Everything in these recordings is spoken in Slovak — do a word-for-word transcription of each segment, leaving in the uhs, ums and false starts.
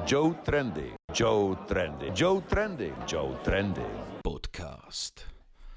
Joe Trendy. Joe Trendy. Joe Trendy. Joe Trendy. Podcast.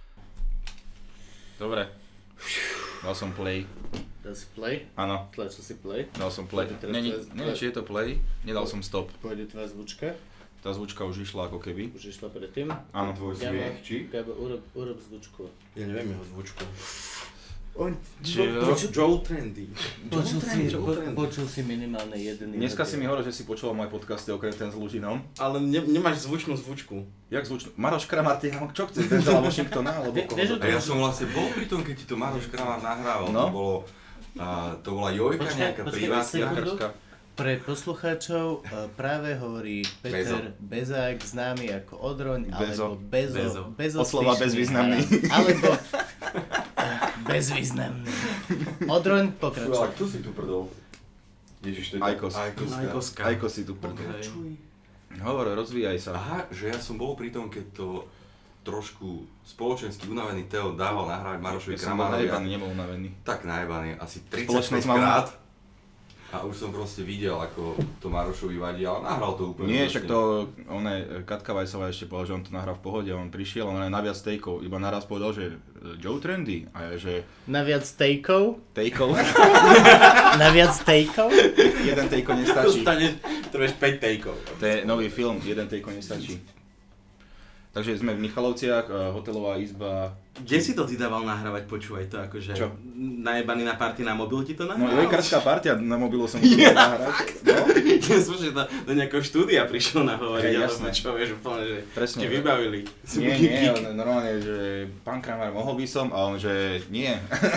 Dobre. Dal som play. Dal si play? Áno. Tlačil si play? Dal som play. Neviem, či je to play. Nedal som stop. Pôjde tvoja zvučka? Tá zvučka už išla ako keby. Už išla predtým? Áno. Tvoj smiech, či? Gabo, urob, urob zvučku. Ja neviem jeho zvučku. On, Joe, Joe Trendy. Počul si, po, počul si minimálne jeden. Dneska si mi hovoril, že si počúval moje podcasty okrem ten s Lužinom. Ale ne, nemáš zvučnú zvučku. Jak zvučnú? Maroš Kramar, ty čo chceš? Denzela Washingtona? Alebo koho? A ja som vlastne bol pri tom, keď ti to Maroš Kramar nahrával. No? To bolo, a, to bola Jojka, Počkaj, nejaká počkaj, privátna. Pre poslucháčov práve hovorí Peter Bezo. Bezák, známy ako Odroň, alebo Bezo. Bezo. Bezo Od slova bezvýznamný. Alebo bezvýznamný. Odroň, pokračuj. Ale kto si tu prdol? Ježiš, to je Ajkos. Ajkoska. Ajkos si tu prdol. Hovor, rozvíjaj sa. Aha, že ja som bol pri tom, keď to trošku spoločensky unavený Teo dával nahrávať Marošovi Ja som bol Kramarovi. najebaný, nebol unavený. Tak najebaný, asi Spoločnosť tridsaťpäť mám- krát. A už som proste videl, ako to Marošovi vadí, ale nahral to úplne. Nie, proste. však to, one, Katka Vajsová ešte povedal, že on to nahrá v pohode, on prišiel, on aj na viac takeov, iba naraz povedal, že Joe Trendy, a ja, že Na viac takeov? takeov, Na viac takeov? jeden takeo nestačí, Dostaneš, trveš päť takeov. to je nový film, jeden takeo nestačí. Takže sme v Michalovciach, hotelová izba. Kde si to ty dával nahrávať, počúvaj to, akože Čo? najebaný na party na mobil ti to No nahral? jojkarská partia, na mobilu som musel yeah, nahrať. No, Ja som, že do, do nejakého štúdia prišiel nahovoriť, Hej, alebo jasné. čo, vieš, úplne, že Presne. ti vybavili. nie, nie, on normálne, že pán Kramar, mohol by som, a on, že nie.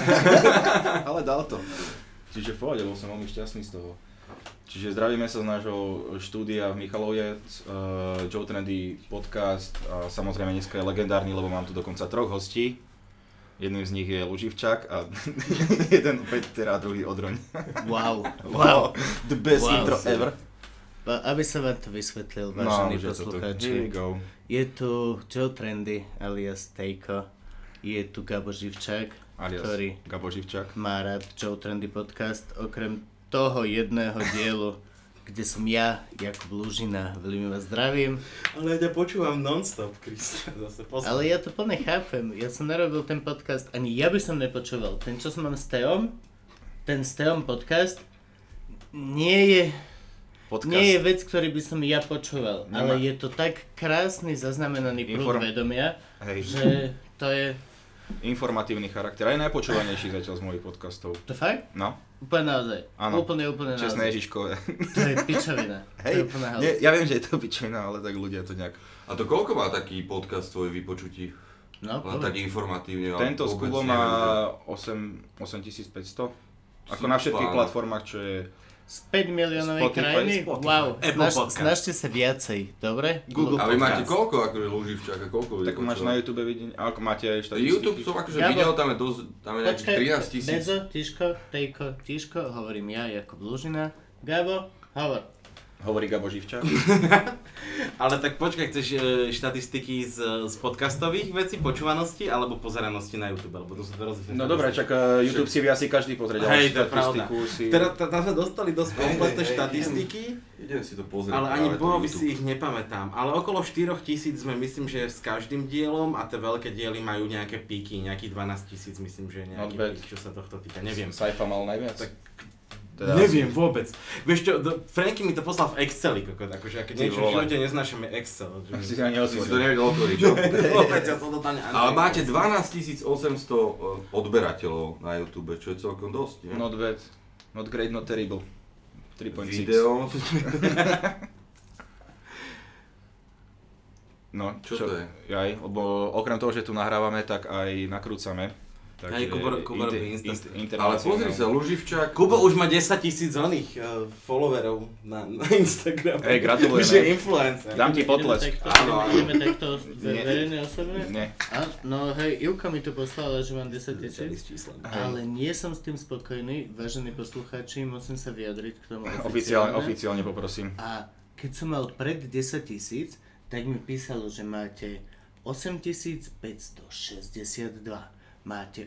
Ale dal to. Čiže v pohode, bol som veľmi šťastný z toho. Čiže zdravíme sa z nášho štúdia v Michaloviec, uh, Joe Trendy podcast a samozrejme dneska je legendárny, lebo mám tu dokonca troch hostí. Jedným z nich je Luživčák a jeden Peter a druhý Odroň. Wow. Wow, the best Wow. intro ever. Aby som vám to vysvetlil, No, vážení už je to tu. Here we poslucháči. go. Je tu Joe Trendy alias Tejko. Je tu Gabo Živčák, Alias ktorý Gabo Živčák. má rád Joe Trendy podcast. Okrem toho jedného dielu, kde som ja, Jakub Lužina, veľmi vás zdravím. Ale ja ťa počúvam non-stop, Krista, zase posledný. Ale ja to plne chápem. Ja som nerobil ten podcast, ani ja by som nepočúval. Ten, čo som mám s Teom, ten s Teom podcast, nie je... Podcast. Nie je vec, ktorý by som ja počúval, Nemá- ale je to tak krásny zaznamenaný prúd Inform- vedomia, Hej. že to je... Informatívny charakter, aj najpočúvanejší zatiaľ z mojich podcastov. To fakt? No, Úplne naozaj. Áno. Úplne, úplne naozaj. čestné Ježiškové. To je pičovina. To je Hej, úplne halus. nie, ja viem, že je to pičovina, ale tak ľudia to nejak... A to koľko má taký podcast tvoj vypočutí? No, Len povedz. tak informatívne. ale Tento s vôbec Kubom neviem, má osemtisícpäťsto. Ako na všetkých Pána. platformách, čo je... Z päť miliónovej Spotify, krajiny? Spotify. Wow, Apple snaž, Podcast. snažte sa viacej, dobre? Google že- A vy máte Podcast. koľko, akože Luživčáka, koľko ľudí Tak máš počúva? na YouTube vidieť, ako máte aj štatistiky. YouTube som akože Gabo. videl, tam je dosť, tam je nejakých Počkaj, trinásť tisíc. Bezo, Tiško, Tejko, Tiško, hovorím ja, Jakub Lužina. Gabo, hovor. Hovorí Gabo Živčák. Ale tak počkaj, chceš e, štatistiky z, z podcastových vecí, počúvanosti, alebo pozeranosti na YouTube, alebo to sú dve rozličné No dobré, čak uh, YouTube si vie asi každý pozrieť, ale Hej, to je pravda. štatistiku si... Teda t- tam sme dostali dosť Hej, kompletné hej, hej, štatistiky, Idem si to pozrieť. ale ani práve to bohovi YouTube. si ich nepamätám. Ale okolo štyri tisíc sme myslím, že s každým dielom a tie veľké diely majú nejaké píky, nejakých dvanásť tisíc myslím, že je nejaký Not bad. pík, čo sa tohto týka, neviem. Saifa mal najviac. Tak- Teda Neviem vôbec. Vieš čo, do, Franky mi to poslal v Exceli, kokot, akože keď Ty niečo v vole. živote neznášame Excel. Že... Asi si ani Si si to otvoril. nevedel otvoriť, čo? Vôbec, ja som to tam ani... Ale máte dvanásť tisíc osemsto odberateľov na YouTube, čo je celkom dosť, nie? Not bad. Not great, not terrible. tri bodka šesť. Video, No, Čo to je? Jaj, lebo okrem toho, že tu nahrávame, tak aj nakrúcame. Hej, Kubo- Kubo robí Insta- ale pozri sa, Luživčák... Kubo už má desať tisíc oných uh, followerov na, na Instagrame. Hej, gratulujeme. Už je influencer. Dám ti potlesk. Ideme takto, Áno, áno. ideme takto ve- Nie. verejne osobne? Nie. A, no hej, Ivka mi to poslala, že mám desať tisíc. čísla. Ale nie som s tým spokojný, vážení poslucháči, musím sa vyjadriť k tomu Oficiálne, oficiálne. oficiálne poprosím. A keď som mal pred desať tisíc, tak mi písalo, že máte osemtisícpäťstošesťdesiatdva. Máte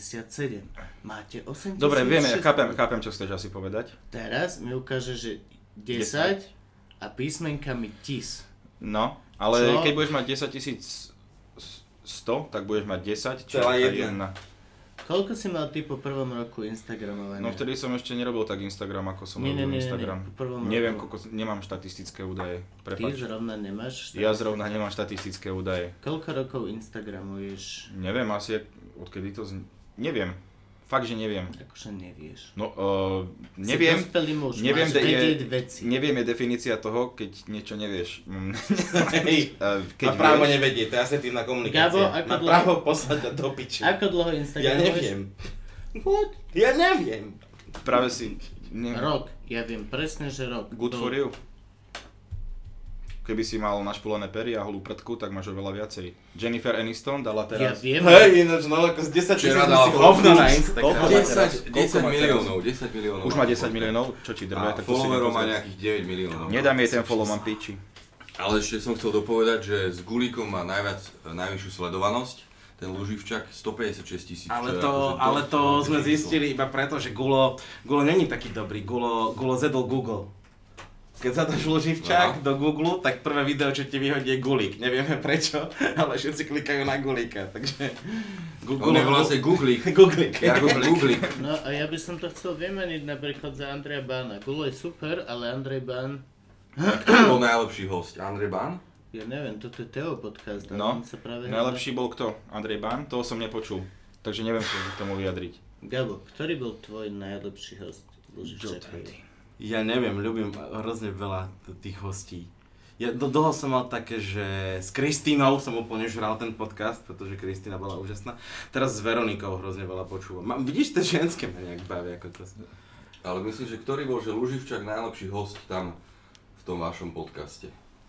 osemtisícpäťstošesťdesiatsedem. Máte osemtisíc. Dobre, vieme, chápem, chápem, čo chceš asi povedať. Teraz mi ukáže, že desať a písmenkami tis. No, ale Čo? keď budeš mať desaťtisíc sto, tak budeš mať desať, čo Celá je jedna. jedna. Koľko si mal ty po prvom roku Instagramované? No vtedy som ešte nerobil tak Instagram, ako som Nie, nie, robil nie, nie, Instagram. po prvom Neviem, roku. koľko, nemám štatistické údaje. Ty Prepáč. zrovna nemáš? Ja zrovna nemám štatistické údaje. Koľko rokov Instagramuješ? Neviem, asi odkedy to... Z... Neviem. Fakt, že neviem. Akože nevieš. No, uh, neviem. Si dospelý muž, neviem, máš de- vedieť je, veci. neviem je definícia toho, keď niečo nevieš. Hej, Uh, má právo nevedieť, to je asertívna komunikácia. Gabo, ako má dlho- právo poslať ťa do piče. Ako dlho Ja Instagramuješ? neviem. What? Ja neviem. Práve si... Ne, Rok. Ja viem presne, že rok. good To- for you. Keby si mal našpulené pery a holú prdku, tak máš oveľa viacej. Jennifer Aniston dala Ja teraz... viem. Hej, ináč no ako z desať tisíc Včera dala si hovno na Koľko Instagram. má desať, teraz? desať Koľko má teraz? miliónov, desať miliónov. Už má desať miliónov? Čo ti drbe? A Tak to si followerov má nepozriem. nejakých deväť miliónov. Nedám jej ten follow, mám piči. Ale ešte som chcel dopovedať, že s Gulíkom má najviac, najvyššiu sledovanosť. Ten Luživčak stopäťdesiatšesť tisíc. Ale to, ale to sme zistili iba preto, že Gulo, Gulo není taký dobrý. Gulo, Gulo zedol Google. Keď zadáš Luživčák do Google, tak prvé video, čo ti vyhodí je Gulík. Nevieme prečo, ale všetci klikajú na Gulíka, takže... On je vlastne Googlík. Googlík. Ja go Googlík. No a ja by som to chcel vymeniť napríklad za Andreja Bána. Gulo je super, ale Andrej Bán, Kto bol najlepší host? Andrej Bán? ja neviem, toto je Teo podcast, ale No, on sa práve... najlepší bol kto? Andrej Bán? Toho som nepočul. Takže neviem sa k tomu vyjadriť. Gabo, ktorý bol tvoj najlepší host? Lužičák. Ja neviem, ľúbim hrozne veľa t- tých hostí. Ja do, dlho som mal také, že s Kristínou som úplne žral ten podcast, pretože Kristína bola úžasná. Teraz s Veronikou hrozne veľa počúvam. Ma, vidíš, tie ženské ma nejak bavia ako to. Ale myslím, že ktorý bol, že Luživčak najlepší host tam v tom vašom podcaste?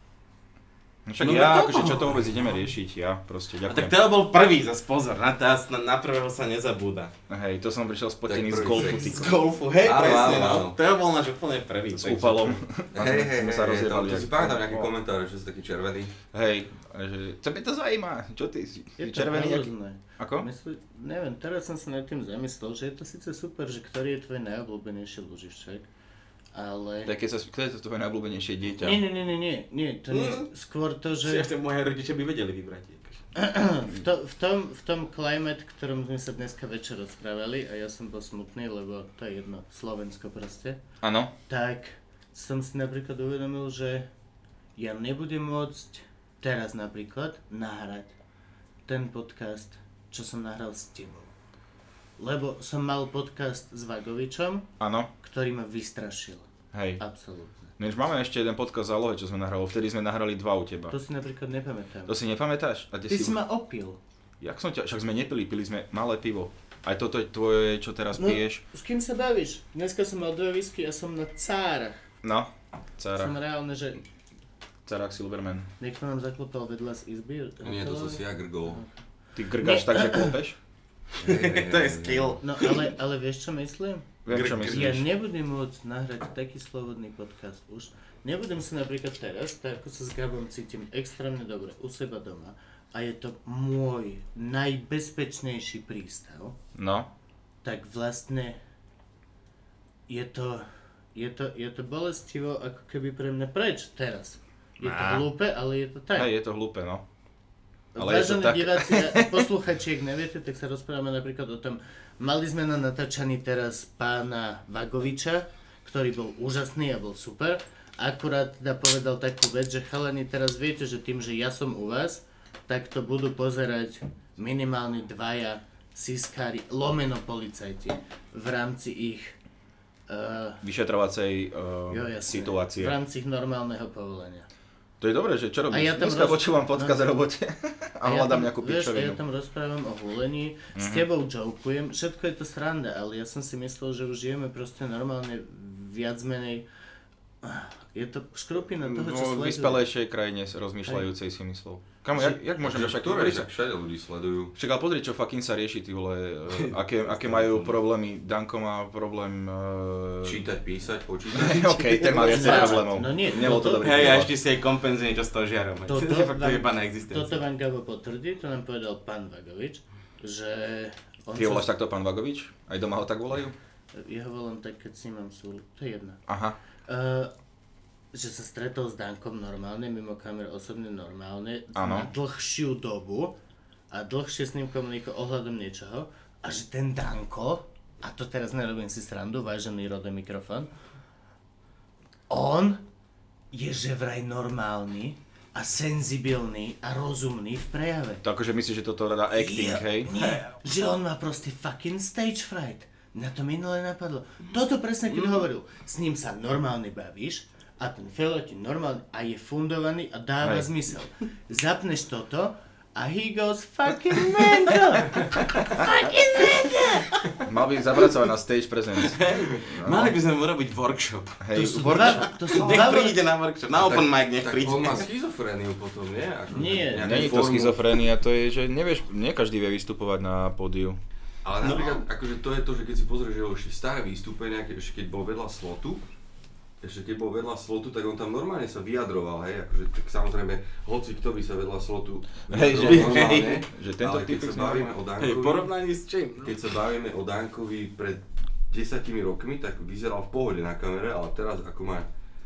No však No, ja, to- akože čo to vôbec ideme riešiť, ja proste A ďakujem. tak Teo bol prvý, zas pozor, na, tas, na, na prvého sa nezabúda. Hej, to som prišiel spotený Tak z prvý golfu, sex. ty Z golfu, hej, Áno, presne, áno, no. áno. Teo bol náš úplne prvý. s takže- úpalom. Hej, hej, sme sa hej, rozjebali. tam, to si jak- pamätám nejaký No. komentár, že si taký červený. Hej, že čo mi to zaujíma? Čo ty si? Je Si to červený jaký? hrozné. Ako? Myslí, neviem, teraz som sa nad tým zamyslel, že je to síce super, že ktorý je tvoj najobľúbenejší Luživčák, ale... Tak keď sa, kto je to tvoje najobľúbenejšie dieťa? Nie, nie, nie, nie, nie, nie, to nie, skôr to, Si že ešte moje rodičia by vedeli vybrať. v, to, v, tom, v tom climate, v ktorom sme sa dneska večer rozprávali a ja som bol smutný, lebo to je jedno, Slovensko proste, Áno. tak som si napríklad uvedomil, že ja nebudem môcť teraz napríklad nahrať ten podcast, čo som nahral s tebou. Lebo som mal podcast s Vagovičom, Áno. ktorý ma vystrašil. Hej. Absolútne. My už máme ešte jeden podcast za Lohe, čo sme nahrali. Vtedy sme nahrali dva u teba. To si napríklad nepamätám. To si nepamätáš? A kde Ty si... si ma opil. Jak som ťa... Však sme nepili, pili sme malé pivo. Aj toto je tvoje, čo teraz No, piješ. s kým sa bavíš? Dneska som mal dve whisky a som na cárach. No. Som Carach. reálne, že Carach Silverman. niekto nám zaklopal vedľa z izby. Nie, to som si ja grgol. Ty grgáš Nie. tak, že klopeš? To je skill. No ale, ale vieš čo myslím? Viem, čo Ja myslíš. nebudem môcť nahrať taký slobodný podcast už. Nebudem sa napríklad teraz, tak ako sa s Gabom cítim extrémne dobre u seba doma a je to môj najbezpečnejší prístav, No. tak vlastne je to, je to, je to bolestivo ako keby pre mňa preč teraz. Je to Á. hlúpe, ale je to tak. Hej, je to hlúpe, no. Ale je to Vážení tak. diváci a posluchači, ak neviete, tak sa rozprávame napríklad o tom, mali sme na natáčaní teraz pána Vagoviča, ktorý bol úžasný a bol super. Akurát teda povedal takú vec, že chalani, teraz viete, že tým, že ja som u vás, tak to budú pozerať minimálne dvaja siskári, lomeno policajti v rámci ich uh, Vyšetrovacej uh, jo, jasne, situácie. v rámci ich normálneho povolenia. To je dobré, že čo robíš? A ja tam Dneska roz- počúvam podcast no. v robote a ja hľadám tam, nejakú vieš, a ja pičovinu. tam rozprávam o hulení, mm-hmm. s tebou jokujem, všetko je to sranda, ale ja som si myslel, že už žijeme proste normálne viac menej, je to škrupina toho, čo No, v sleduje. vyspelejšej krajine rozmýšľajúcej si myslel. Kamo, jak, jak môžeme však... Ktoré Pozri však sa- všade ľudí sledujú. Však ale pozri, čo fucking sa rieši, ty vole, eh, aké, aké majú problémy. Danko má problém... Uh... Čítať, písať, počítať. OK, ten má viacej No, problémov. no nie, Nebol to toto- dobrý Hej, a príklad. ešte si aj kompenzuje niečo s tou žiarom. Toto To je fakt vám- jebaná existencia. Toto vám Gabo potvrdí, to nám povedal pán Vagovič, že on Ty ho voláš takto pán Vagovič? Aj doma ho tak volajú? ja ho volám tak, keď si mám súl, to je jedno. Aha. Uh, že sa stretol s Dankom normálne, mimo kamer osobne normálne, Áno. na dlhšiu dobu a dlhšie s ním komunikoval ohľadom niečoho a že ten Danko, a to teraz nerobím si srandu, vážený Rode mikrofón, on je že vraj normálny a senzibilný a rozumný v prejave. To akože myslíš, že toto dá acting, Je- hej? Nie, že on má proste fucking stage fright. Mňa to minule napadlo. Toto presne, keď hovoril. S ním sa normálne bavíš a ten felo ti normálne a je fundovaný a dáva Hej. zmysel. Zapneš toto a he goes fucking mental. Fucking mental. Mal by zapracovať na stage presence. Mali by sme mu robiť workshop. To Hej, sú work- dva, to sú Nech dva, príde na workshop, na open mic nech Tak príde. on má schizofréniu potom, nie? Ako, Nie, nejakú Není to formu. schizofrénia, to je, že nevieš, nie každý vie vystupovať na pódiu. Ale napríklad, akože to je to, že keď si pozrieš jeho ešte staré vystúpenia, keď, ešte keď bol vedľa slotu, ešte keď bol vedľa slotu, tak on tam normálne sa vyjadroval, hej, akože tak samozrejme, hoci kto by sa vedľa slotu Hej, že- vyjadroval normálne, hej, že tento ale keď typek sa sme- bavíme o Hej, Dankovi, porovnaní s čím? keď sa bavíme o Dankovi pred desiatimi rokmi, tak vyzeral v pohode na kamere, ale teraz ako má,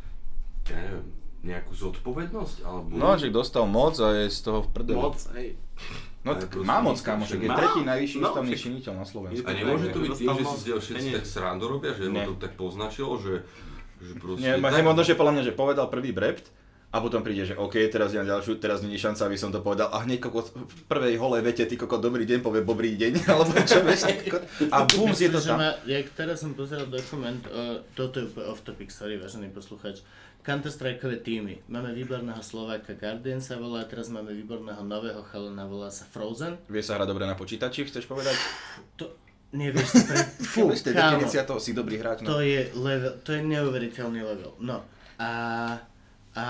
ja neviem, nejakú zodpovednosť, alebo... No, že dostal moc a je z toho v prdeli. Moc, hej. No, Ale tak proste má moc, myslím, kámo, že že je má. tretí najvyšší No, ústavný však- činiteľ na Slovensku. A nemôže to byť tým, že si Dostal z neho všetci moc. tak srandu robia, že ho Nie. to tak poznačilo, že, že proste... Nie, tak- možno, že podľa mňa, že povedal prvý brept a potom príde, že OK, teraz idem ďalšiu, teraz nie je šanca, aby som to povedal a hneď kokot v prvej holej vete, ty kokot dobrý deň, povie dobrý deň, alebo čo vieš, ty kokot, a bum, je to Myslím, že tam. ma, jak teraz som pozeral dokument, o, toto je úplne off topic, sorry, vážený posluchač. Counter-Strikeové týmy. Máme výborného Slováka, Guardian sa volá, teraz máme výborného nového chalana, volá sa Frozen. Vie sa hrať dobre na počítači, chceš povedať? To, nevieš, to pre... Fú, Vieš, to je kámo, definícia toho, si dobrý hráč. to No. je level, to je neuveriteľný level. No, a, a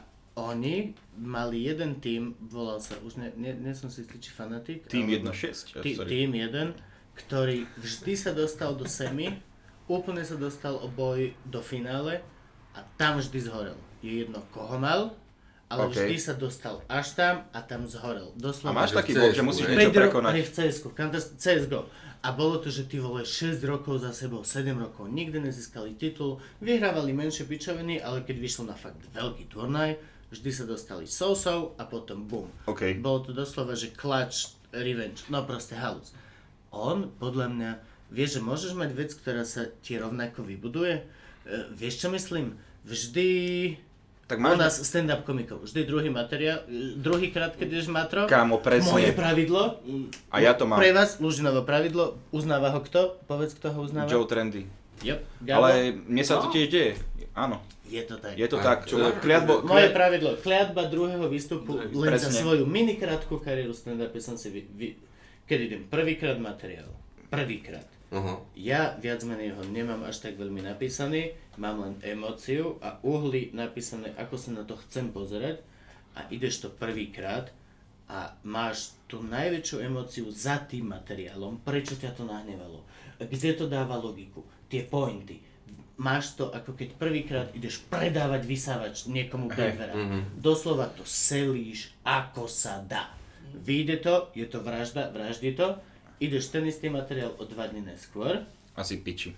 oni mali jeden tým, volal sa, už ne, ne, ne som si istý, či fanatik. Tým alebo- jeden šesť, Tí, sorry. tým jeden, ktorý vždy sa dostal do semi, úplne sa dostal o boj do finále a tam vždy zhorel. Je jedno, koho mal, ale OK. vždy sa dostal až tam a tam zhorel. A Doslova. máš že taký v bod, že C S ku, musíš hej? niečo päť ro- prekonať. hej, v cé es ku, Counter- cé es go. A bolo to, že ty vole šesť rokov za sebou, sedem rokov, nikdy nezískali titul, vyhrávali menšie pičoviny, ale keď vyšlo na fakt veľký turnaj, vždy sa dostali so-so a potom bum. OK. Bolo to doslova, že clutch, revenge, no proste halus. On, podľa mňa, vieš, že môžeš mať vec, ktorá sa ti rovnako vybuduje? E, vieš, čo myslím? Vždy... Tak U máš... nás stand-up komikov, vždy druhý materiál, e, druhýkrát, keď ideš matro, Kámo, presne. moje pravidlo, A ja to mám. pre vás, Lužinovo pravidlo, uznáva ho kto? Povedz, kto ho uznáva? Joe Trendy. Yep. Gabo? Ale mne sa to No. tiež deje. Áno, Je to tak. je to A tak. čo máš? Kliatbo, Moje klia- pravidlo, kliatba druhého výstupu, len za Presne. svoju mini krátku kariéru stand-upe som si vy, vy, keď idem prvýkrát materiál, prvýkrát. Aha. Ja viac menej ho nemám až tak veľmi napísaný, mám len emóciu a uhly napísané, ako sa na to chcem pozerať a ideš to prvýkrát a máš tú najväčšiu emóciu za tým materiálom, prečo ťa to nahnevalo, kde to dáva logiku, tie pointy. Máš to, ako keď prvýkrát ideš predávať vysávač niekomu Bevera. Doslova to selíš, ako sa dá. Vyjde to, je to vražda, vraždí to, ideš ten istý materiál o dva dny neskôr, Asi piči.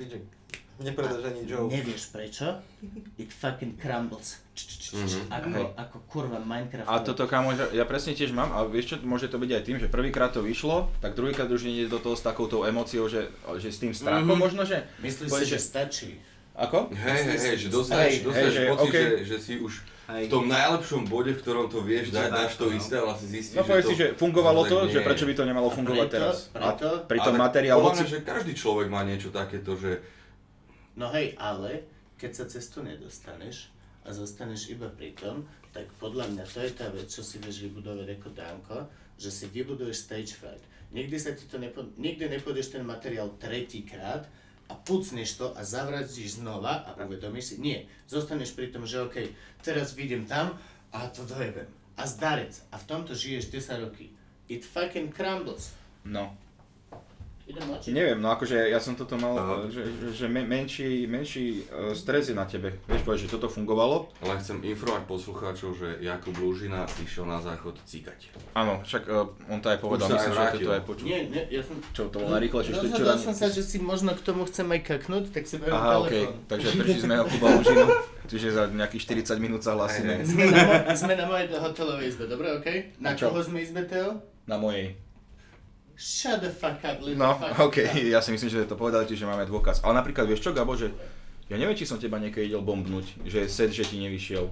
Nepredáš ani joke. nevieš prečo, it fucking crumbles, č, č, č, č, ako, Hej. ako kurva Minecraft. A toto kámo, že ja presne tiež mám, a vieš čo, môže to byť aj tým, že prvýkrát to vyšlo, tak druhýkrát už ide do toho s takoutou emóciou, že, že s tým strachom možno, že... Myslíš si, povieš, že stačí? Ako? Hej, hej, hej, že dostaneš, Hej, dostaneš hej, že pocit, okej. že, že si už Hej. v tom najlepšom bode, v ktorom to vieš, dá, Že dáš to tak, no. isté, ale si zistíš, No povedz si, že fungovalo no, to, tak že nie. prečo by to nemalo fungovať preto- teraz. preto- A pri Ale tom tak materiál, podľa mňa, hoci... že každý človek má niečo takéto, že No hej, ale keď sa cez to nedostaneš a zostaneš iba pri tom, tak podľa mňa to je tá vec, čo si vieš vybudovať ako Danko, že si vybuduješ stage fright. Nikdy sa ti to nepo... nikdy nepôjdeš ten materiál tretíkrát a pucneš to a zavraždíš znova a uvedomíš si, nie, zostaneš pri tom, že okej, teraz vidím tam a to dojebem. A zdarec. A v tomto žiješ desať roky. It fucking crumbles. No. Idem oči. Neviem, no akože ja som toto mal, Aha. že, že men, menší, menší uh, stres je na tebe. Vieš povedať, že toto fungovalo? Ale chcem informovať poslucháčov, že Jakub Lužina išiel na záchod cíkať. Áno, však uh, on to aj povedal, Už sa aj myslím, že vrátil. toto aj počul. Nie, nie, ja som... Čo, to bolo najrýchlejšie, čo Rozhodol som sa, že si možno k tomu chcem aj kaknúť, tak si beriem Aha, okej, telefón. takže prišli sme Jakuba Lužinu, čiže za nejakých štyridsať minút sa hlasíme. Sme na, mo- sme na mojej hotelovej izbe, dobre, okej? Na A čo? koho sme izbe, Teo? Na mojej. Shut the fuck up, little No, fuck okej, up. ja si myslím, že to povedali, čiže máme dôkaz. Ale napríklad, vieš čo, Gabo, že ja neviem, či som teba niekedy idel bombnúť, že set, že ti nevyšiel.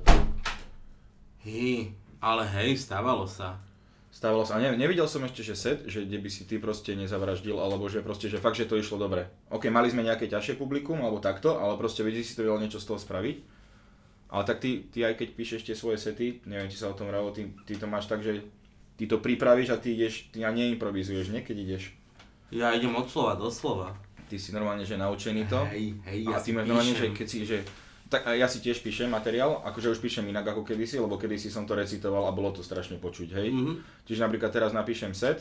Hej, ale hej, stávalo sa. Stávalo sa, a ne, nevidel som ešte, že set, že kde by si ty proste nezavraždil, alebo že proste, že fakt, že to išlo dobre. Ok, mali sme nejaké ťažšie publikum, alebo takto, ale proste vedeli si to vedel niečo z toho spraviť. Ale tak ty, ty aj keď píšeš tie svoje sety, neviem, či sa o tom ravo, ty, ty to máš tak, že ty to pripravíš a ty ideš, ty a neimprovizuješ, nie? Keď ideš. Ja idem od slova do slova. Ty si normálne, že naučený to. Hej, hej, A ja ty si máš normálne, že píšem. keď si, že... Tak a ja si tiež píšem materiál, akože už píšem inak ako kedysi, lebo kedysi som to recitoval a bolo to strašne počuť, hej. Mhm. Čiže napríklad teraz napíšem set,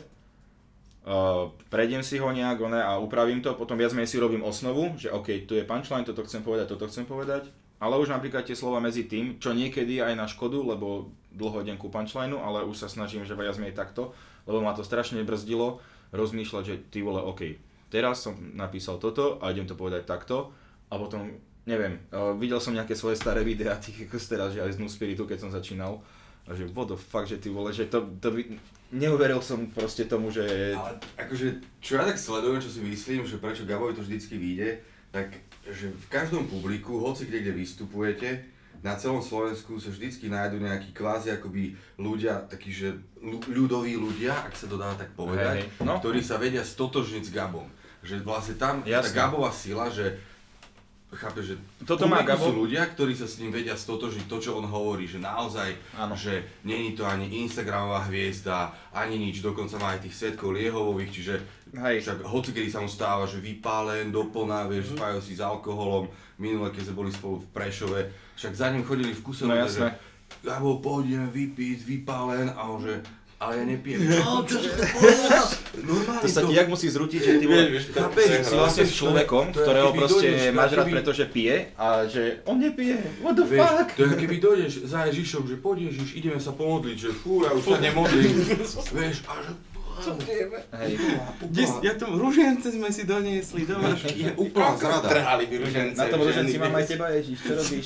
uh, prejdem si ho nejak one, a upravím to, potom viac menej si robím osnovu, že OK, tu je punchline, toto chcem povedať, toto chcem povedať, ale už napríklad tie slova medzi tým, čo niekedy aj na škodu, lebo dlho idem ku punchlineu, ale už sa snažím, že viac menej takto, lebo ma to strašne brzdilo rozmýšľať, že ty vole, OK, teraz som napísal toto a idem to povedať takto a potom, neviem, uh, videl som nejaké svoje staré videá, tých ako teraz, že aj z New Spiritu, keď som začínal, a že what the fuck, že ty vole, že to, to by, neuveril som proste tomu, že... Ale akože, čo ja tak sledujem, čo si myslím, že prečo Gabovi to vždycky vyjde, tak že v každom publiku, hoci kde, kde vystupujete, na celom Slovensku sa vždycky nájdú nejakí kvázi akoby ľudia, takí, že ľu- ľudoví ľudia, ak sa to dá tak povedať, Hej, no. ktorí sa vedia stotožniť s Gabom. Že vlastne tam je tá Jasné. Gabová sila, že chápeš, že Toto má publiku Gabo- sú ľudia, ktorí sa s ním vedia stotožiť to, čo on hovorí, že naozaj, Áno. že není to ani Instagramová hviezda, ani nič, dokonca má aj tých svedkov Liehovových, čiže Hej. však hocikedy sa mu stáva, že vypálen do plna, vieš, Mhm. spájajú si s alkoholom, minule, keď sme boli spolu v Prešove, však za ním chodili v kuse No ľudia, jasné. že Gabo, pôjdeme vypiť, vypálen, a on že, ale ja nepijem. Čo, čo sa to povedal? Normálne To sa ti jak musí zrútiť, že ty Vieš, vole, vieš, chápeš, že si vlastne s človekom, to je, ktorého keby proste dojdeš, máš rád, keby- pretože pije a že on nepije, what the Vieš, fuck? to je keby dojdeš za Ježišom, že poď Ježiš, ideme sa pomodliť, že fú, ja už sa nemodlím. Vieš, a že Čo pijeme? Hej. Ja tu ružience sme si doniesli do vašky. je úplná zrada. Trhali by ružience. Na tom ženy. roženci mám aj teba, Ježiš, čo robíš?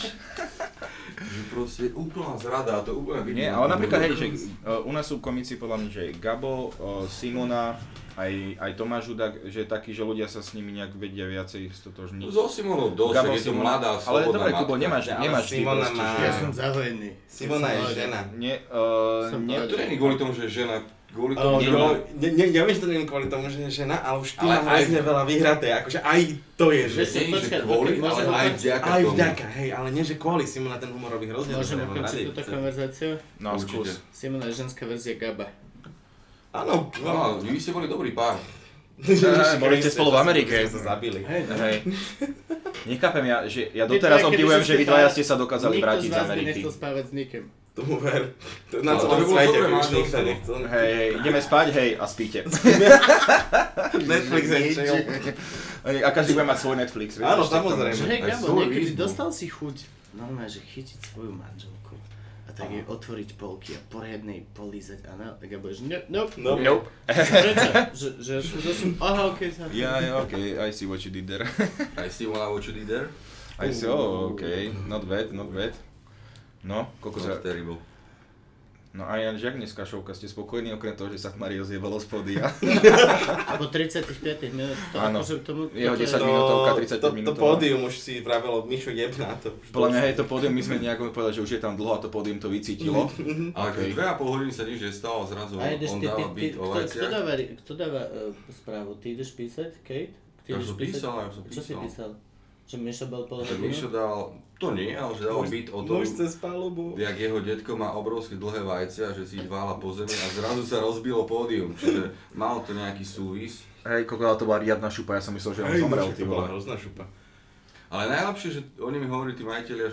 Že proste úplná zrada, to úplne vidím. Nie, ale napríklad hej, že uh, u nás sú komici podľa mňa, že Gabo, uh, Simona, aj, aj Tomáš Hudák, že takí, že ľudia sa s nimi nejak vedia viacej stotožniť. So Simonou dosť, Gabo, je to Simona- mladá, ale slobodná dobre, matka. Kubo, nemáš, Ale nemáš ty Simona proste, má- že... Ja som zahojený. Simona je žena. Nie, uh, Som nie, To nie je kvôli tomu, že je žena, kvôli Oh, tomu, že jo, má... ne, ne, neviem, že to nie je kvôli tomu, že je žena, ale už ty Ale má aj- hrozne veľa vyhraté, akože aj to je, že... Že nie, že Počkaj, kvôli, počkaj, ale môžem aj ukončiť? vďaka Aj tomu. vďaka, hej, ale nie, že kvôli Simona ten humor robí hrozne. Môžem dobre, mám ukončiť rady. túto konverzáciu? no skús. Simona je ženská verzia Gaba. Áno, No, vy ste boli dobrý pár. Á, boli ste spolu v Amerike. Sme sa zabili. Hej, no. Hej. Nechápem ja, že ja Vy doteraz dvaja, obdivujem, kebyže že vy ste dvaja pár- ste sa dokázali vrátiť z Nikto z vás by Ameriky. nechcel spávať s nikým. Tomu ver. To na Ale to celom by bolo svete, dobré už manželstvo. nikto nechcel. Hej, hej, ideme spať, hej, a spíte. Netflix and chill. Hej, a každý bude mať svoj Netflix, vieš. Áno, ešte k tomu. samozrejme. Že hej, Aj Gabo, svoju niekedy izbu. dostal si chuť normálne, že chytiť svoju manželku a tak jej otvoriť polky a poriadnej polízať a no, a Gabo, že no, no, No. Nope. prečo? Že, že ja som zase, aha, okej, sa. Ja, ja, okej, I see what you did there. I see one what you did there. I see, oh, okej, not bad, not bad. No, koľko sa... Not terrible. No a Jan, jak dneska šovka, ste spokojní okrem toho, že sa Mario zjebalo z pódia? Po tridsaťpäť minút, to Áno. akože k tomu... Jeho toto je- desať minútovka, To, tridsaťpäť to, to minútová. pódium už si vravelo, Mišo jebná to. už Podľa mňa, dosť. hej, to pódium, my sme nejako povedali, že už je tam dlho a to pódium to vycítilo. Ale keď Okej. dve a pol hodiny sa nič nestalo, zrazu A ideš on ty, ty, dáva ty, byt o kto, kto veciach. dáva, kto dáva uh, správu? Ty ideš písať, Kate? Ty Ja ideš som písať? písal, ja som Čo si písal. písal? Že Mišo bol pol Že hodinu? Mišo dal, to nie, ale že dal byt o tom, Muž cez palubu. jak jeho detko má obrovské dlhé vajcia, že si ich vála po zemi a zrazu sa rozbilo pódium, čiže mal to nejaký súvis. Hej, koľko to bola riadna šupa, ja som myslel, že on zomrel, ty to bola vole. hrozná šupa. Ale najlepšie, že oni mi hovorili tí majiteľia, že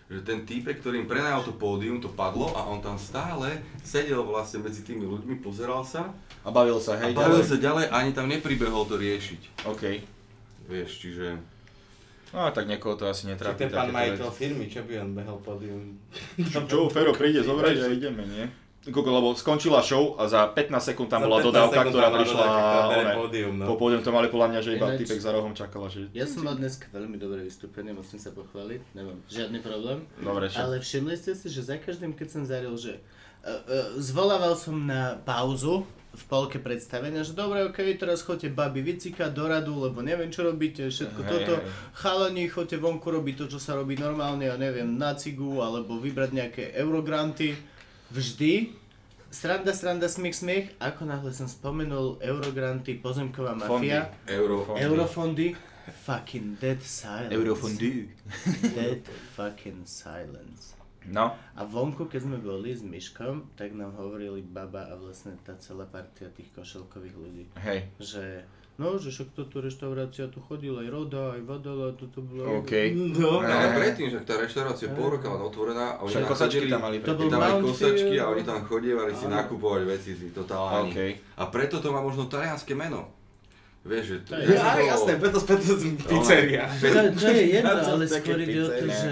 že ten týpek, ktorým prenajal to pódium, to padlo a on tam stále sedel vlastne medzi tými ľuďmi, pozeral sa A bavil sa, hej, a bavil sa ďalej a ani tam nepribehol to riešiť. OK. Vieš, čiže... No tak niekoho to asi Čiže netrápi. ten pán takéto majiteľ veci. firmy, čo by on behol pódium? Čo, Fero príde zobrať a ideme, nie? Koko, lebo skončila show a za pätnásť sekúnd tam Za bola pätnásť dodávka, sekúnd ktorá tam bola prišla dodávka, ktorá bere one, pódium, no. po pódium to mali podľa mňa, že iba Ináč- typek za rohom čakala, že... Ja som mal dneska veľmi dobré vystúpenie, musím sa pochváliť, nemám žiadny problém. Dobre, čo? Ale všimli ste si, že za každým, keď som zaril, že uh, uh, zvolával som na pauzu v polke predstavenia, že dobre, okej, okay, teraz chodte babi vycikať do radu, lebo neviem čo robíte, všetko Hej, toto. hej. Chalani, chodte vonku robiť to, čo sa robí normálne, ja neviem, na cigu, alebo vybrať nejaké eurogranty. Vždy sranda, sranda, smiech, smiech, ako náhle som spomenul eurogranty, pozemková mafia, Euro. eurofondy, fucking dead silence. Eurofondy. Dead fucking silence. No, A vonku, keď sme boli s Myškom, tak nám hovorili baba a vlastne tá celá partia tých košelkových ľudí, hej. že no, že však toto reštaurácia tu chodila aj Roda, aj Vadala, toto bolo... OK. No. No, ale predtým, že tá reštaurácia pol roka len otvorená a oni Však tam kosačky chodili, tam mali To bol tam mali Mount kosačky a Field. oni tam chodievali si nakupovať veci si totálne. OK. A preto to má možno talianské meno. Vieš, že to... To je- Ja, jasné, preto späť z pizzeria. To, to je jedno, Ja som ale také skôr ide o to, pizzeria. že...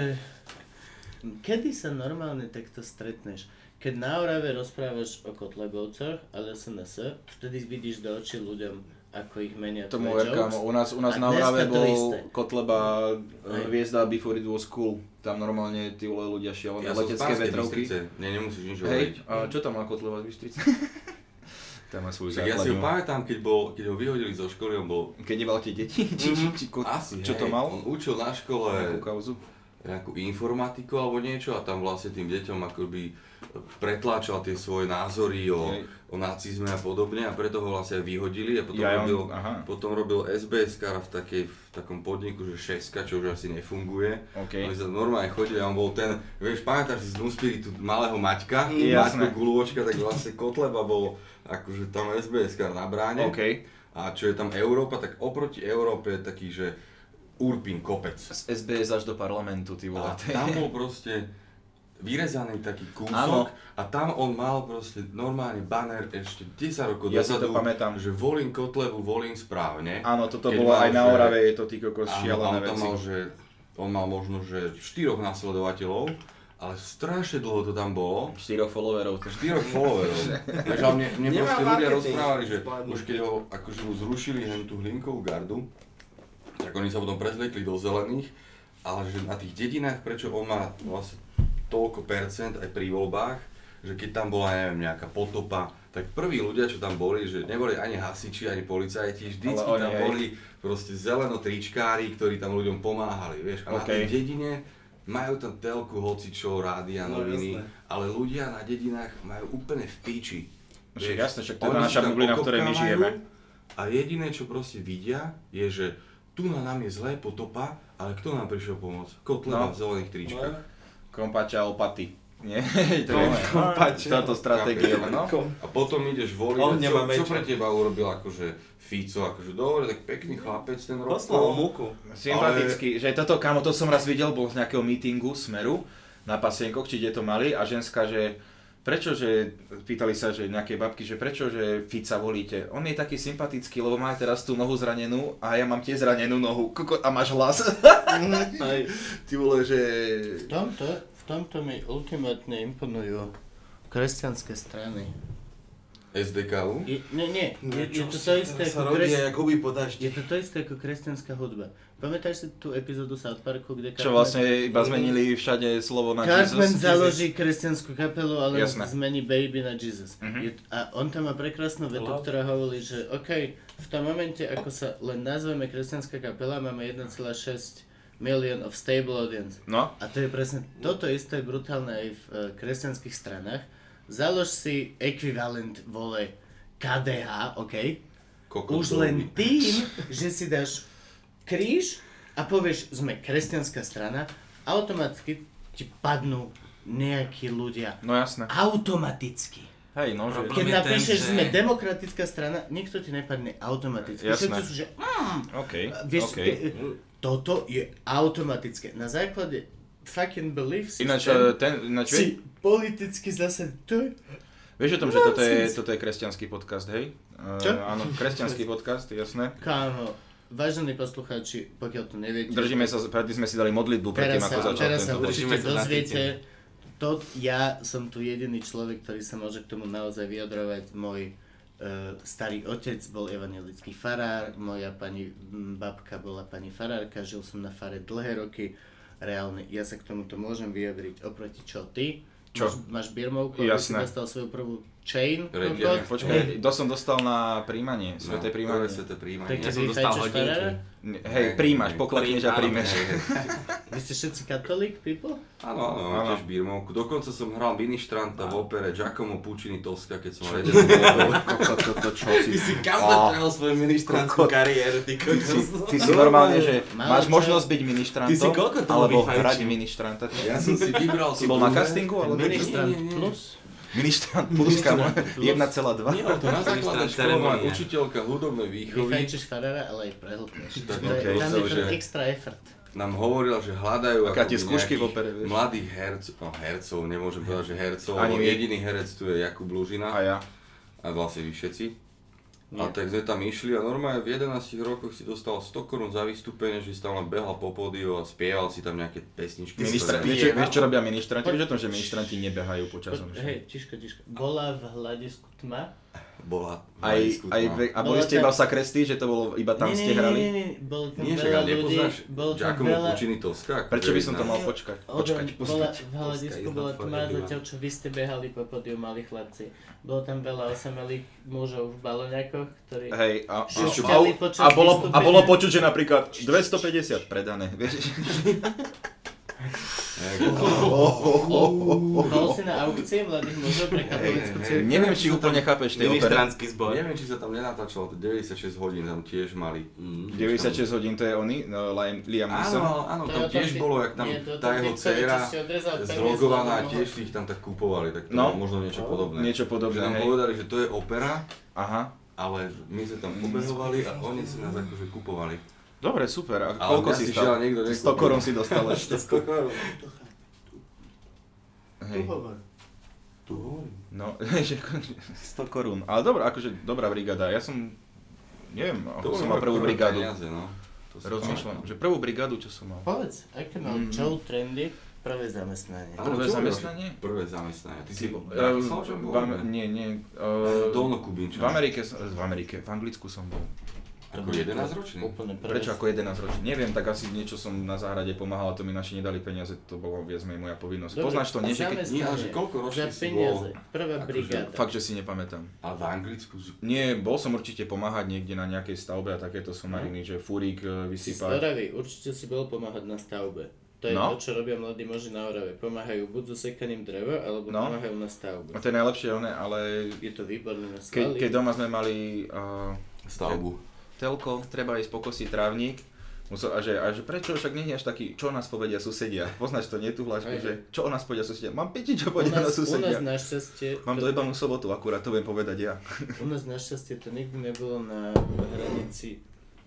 Kedy sa normálne takto stretneš? Keď na Orave rozprávaš o Kotlebovcoch, ale es en es, vtedy vidíš do očí ľuďom, ako ich menia Tomu tvoje verkám, jokes. u nás, u nás A na dneska Orave to bol isté. Kotleba Hej. hviezda Before It Was Cool. Tam normálne tí vole ľudia šialené Ja som z letecké Banskej vetrovky. Bystrice, ne, nemusíš nič Hej, hovoriť. a čo tam má Kotleba z Bystrice? Tam má svoju Však ja si ho základňu. pamätám, keď, bol, keď ho vyhodili zo školy, on bol... Keď nebal tie deti? Či, či, či, ko, Asi, čo hej, to mal? On učil na škole Nejakú kauzu? nejakú informatiku alebo niečo a tam vlastne tým deťom akoby pretláčal tie svoje názory o, Hej. o nacizme a podobne a preto ho vlastne aj vyhodili a potom Ja, on- robil, aha. potom robil es bé es kára v, takej, v takom podniku, že šeska, čo už asi nefunguje. OK. Oni sa normálne chodili a on bol ten, vieš, pamätáš si z Nuspiritu malého Maťka, Jasné. Maťko Guľovočka, tak vlastne Kotleba bol akože tam es bé es kár na bráne. OK. A čo je tam Európa, tak oproti Európe je taký, že Urpín kopec. Z es bé es až do parlamentu, ty vole. A tam bol proste vyrezaný taký kúsok Áno. a tam on mal proste normálny banner ešte desať rokov Ja si to dozadu, pamätám. že volím Kotlebu, volím správne. Áno, toto Keď bolo mal, aj na že- Orave, je to ty kokos Áno, a šialené on tam veci. mal, že on mal možno, že štyroch nasledovateľov, ale strašne dlho to tam bolo. Štyroch followerov. to- Štyroch followerov. Takže ale mne, mne Nemá proste ľudia marketing, rozprávali, že zvládnuté. už keď ho akože mu zrušili hen tú hlinkovú gardu, tak oni sa potom prezliekli do zelených, ale že na tých dedinách, prečo on má vlastne toľko percent aj pri voľbách, že keď tam bola, neviem, nejaká potopa, tak prví ľudia, čo tam boli, že neboli ani hasiči, ani policajti, vždycky Ale oni, tam hej. hej. boli proste zeleno-tričkári, ktorí tam ľuďom pomáhali, vieš, a na Okej. tej dedine majú tam telku, hocičo, rádia, No, noviny, jasné. ale ľudia na dedinách majú úplne v piči. No však jasné, však to je Oni tá si naša tam bublina, v ktorej my okopkávajú žijeme. A jediné, čo proste vidia, je, že tu na nám je zlé potopa, ale kto nám prišiel pomôcť? Kotleba No. v zelených tričkách. Krompáča opaty. Nie, to No, je krompáča. táto stratégia, no. A potom ideš voliť, On a čo, nemá čo meča. pre teba urobil akože Fico, akože dobre, tak pekný chlapec ten Poslal Robko. múku. Sympatický, že toto, kamo, to som raz videl, bol z nejakého meetingu Smeru na Pasienkoch, či kde to mali a ženská, že prečo, že, pýtali sa, že nejaké babky, že prečo, že Fica volíte? On je taký sympatický, lebo má teraz tú nohu zranenú a ja mám tiež zranenú nohu. Koko, a máš hlas? Aj, ty vole, že... V tomto, v tomto mi ultimátne imponujú kresťanské strany. es dé ká ú? Je, nie, nie, No, je, je čo to si- to isté sa ako kres... rodia jak huby po daždi. Je to to isté ako kresťanská hudba. Pamätáš si tú epizódu South Parku, kde Čo vlastne iba zmenili všade slovo na Cartman Jesus. založí kresťanskú kapelu, ale Jasné. zmení Baby na Jesus. Mhm. Je, a on tam má prekrásnu vetu, Love. ktorá hovorí, že OK, v tom momente, ako sa len nazveme kresťanská kapela, máme jeden celá šesť million of stable audience. No, A to je presne, toto isté je brutálne aj v uh, kresťanských stranách. Založ si ekvivalent, vole, ká dé há, OK? Kokot Už len tým, že si dáš kríž a povieš, sme kresťanská strana, automaticky ti padnú nejakí ľudia. no jasné. Automaticky. Hej, no, že... Keď Problém je ten, napíšeš, že- sme demokratická strana, nikto ti nepadne automaticky. Jasné. Všetci sú, že mm, OK, vieš, OK. te- toto je automatické. Na základe fucking belief system. Ináč, ten, ináč, si politicky zase to... vieš o tom, že toto je, toto je kresťanský podcast, hej? Čo? Uh, áno, kresťanský podcast, jasné. Kámo, vážení poslucháči, pokiaľ to neviete... Držíme sa, predtým sme si dali modlitbu predtým, ako začal teraz sa tento podcast. určite dozviete. To, ja som tu jediný človek, ktorý sa môže k tomu naozaj vyjadrovať. Môj uh, starý otec bol evangelický farár, moja pani m, babka bola pani farárka, žil som na fare dlhé roky. Reálne, ja sa k tomuto môžem vyjadriť oproti čo ty. Čo? Máš, máš birmovku, aby si Jasné. dostal svoju prvú chain. Regiane. kokot. Počkaj, to som dostal na príjmanie, sveté príjmanie. Prvé sveté príjmanie. Tak Ja keď som vy dostal fajčeš hodinky. farára? Ne- Hej, príjmaš, poklakneš a príjmeš. Vy ste všetci katolík people? Áno, áno, mám Áno. tiež birmovku. Dokonca som hral ministranta v opere Giacomo Puccini Tosca, keď som mal jeden rok. Toto čo si... Ty si kam zatrel svoju ministrantskú kokot. kariéru, ty Ty si, kokos. ty si normálne, že Málo máš čo- možnosť byť Ty si ministrantom, koľko toho alebo vyfajčil? hrať ministranta. Ja som si vybral Si bol na castingu, alebo Ministrant nie, nie, nie. plus? ministrant plus, kamo, jeden celá dva. Nie, to na základnej Ministrant škole má ceremonia. učiteľka hudobnej výchovy. Vyfajčeš farára, ale aj prehltneš. Tak, To je- okej, Tam to, je ten že- extra effort. Nám hovorila, že hľadajú Aká akoby tie skúšky v nejakých opere, vieš? mladých hercov, no hercov, nemôžem povedať, že hercov, Ani lebo my. jediný herec tu je Jakub Lužina A ja. a vlastne vy všetci. A Nie. tak sme tam išli a normálne v jedenástich rokoch si dostal sto korún za vystúpenie, že si tam len behal po pódiu a spieval si tam nejaké pesničky. Ministra, ktoré- vieš, čo- vieš, čo robia ministranti? Vieš o tom, že ministranti nebehajú počas Poď, omše? hej, tiško, tiško. Bola v hľadisku tma? Bola Aj, hľadisku aj, tma. ve- a boli Bola ste tam- iba v sakrestii, že to bolo iba tam Nie, ste nie, nie, hrali? nie, nie, bolo tam Nie, však veľa ale ľudí, nepoznáš bolo tam Giacomo veľa... Puccini Tosca? Prečo by som to Ktorý mal zná- počkať? Odem, Počkať, bola, pozrieť. v hľadisku bola tma, zatiaľ čo vy ste behali po podiu mali chlapci. Bolo tam veľa osamelých mužov v baloňakoch, ktorí... Hej, a, a, Šušťali a, počas a, bolo, a vystúpenia. bolo počuť, že napríklad dvestopäťdesiat predané, vieš? Bol si na aukcii mladých mužov pre katolickú cirkev? Neviem, či úplne chápeš tej opere. Ministrantský zbor. Neviem, či sa tam nenatáčalo, to deväťdesiatšesť hodín tam tiež mali. Mm, deväťdesiatšesť hodín to je oni, no, Liam, Liam Áno, Neeson. áno, áno, To je tam o tom, tiež ty- bolo, jak tam nie, to je o tá tom jeho typcovi, dcéra čo si odrezal peniaz, zdrogovaná a lebo tiež si ich tam tak kupovali, tak to No. bolo možno niečo podobné. Niečo Že podobné, nám hej. povedali, že to je opera, Aha. ale my sme tam pobehovali a oni si nás akože kupovali. Dobre, super. A Ale koľko mňa si si stal? žiaľ niekto nekúpil. sto korún si dostal ešte. Hej. Tu hovorím. No, že sto korún. Ale dobrá, akože dobrá brigáda. Ja som, neviem, ako som mal prvú prvé brigádu. peniaze, no. To si Rozmýšľam, pamätám. že prvú brigádu, čo som mal. Povedz, aké mal Mm. Joe Trendy prvé zamestnanie? Áno, Prvé čo zamestnanie? bolo? Prvé zamestnanie. Ty si bol v Eh, Bratislavčan bol? v Am- Nie, nie. eh, Dolno Kubínčan. V Amerike, som- v Amerike, v Anglicku som bol. Ako jedenásťročný? Úplne prvé. Prečo ako jedenásť ročný? Neviem, tak asi niečo som na záhrade pomáhal a to mi naši nedali peniaze, to bolo viac menej moja povinnosť. Dobre, Poznáš to, nie? Že keď... zamestnanie. Nie, ale že koľko ročný Za si peniaze. bol? Prvá Akože brigáda. Fakt, že si nepamätám. A v Anglicku? z- Nie, bol som určite pomáhať niekde na nejakej stavbe a takéto somariny, že fúrik e, Si z vysypať. Oravy, určite si bol pomáhať na stavbe. To je No. to, čo robia mladí muži na Orave. Pomáhajú buď so sekaním dreva, alebo No. pomáhajú na stavbe. A to je najlepšie, one, ale Je to výborné na ke, svaly. keď doma sme mali uh, Stavbu. telko, treba ísť pokosiť trávnik, musel, a, že, a že prečo, však nie je až taký, čo o nás povedia susedia. Poznáš to, nie tú hlášku, Aj, že čo o nás povedia susedia. Mám piti, čo u povedia na nás, u nás susedia. našťastie, Mám to, dojebanú sobotu, akurát to viem povedať ja. u nás našťastie to nikdy nebolo na hranici.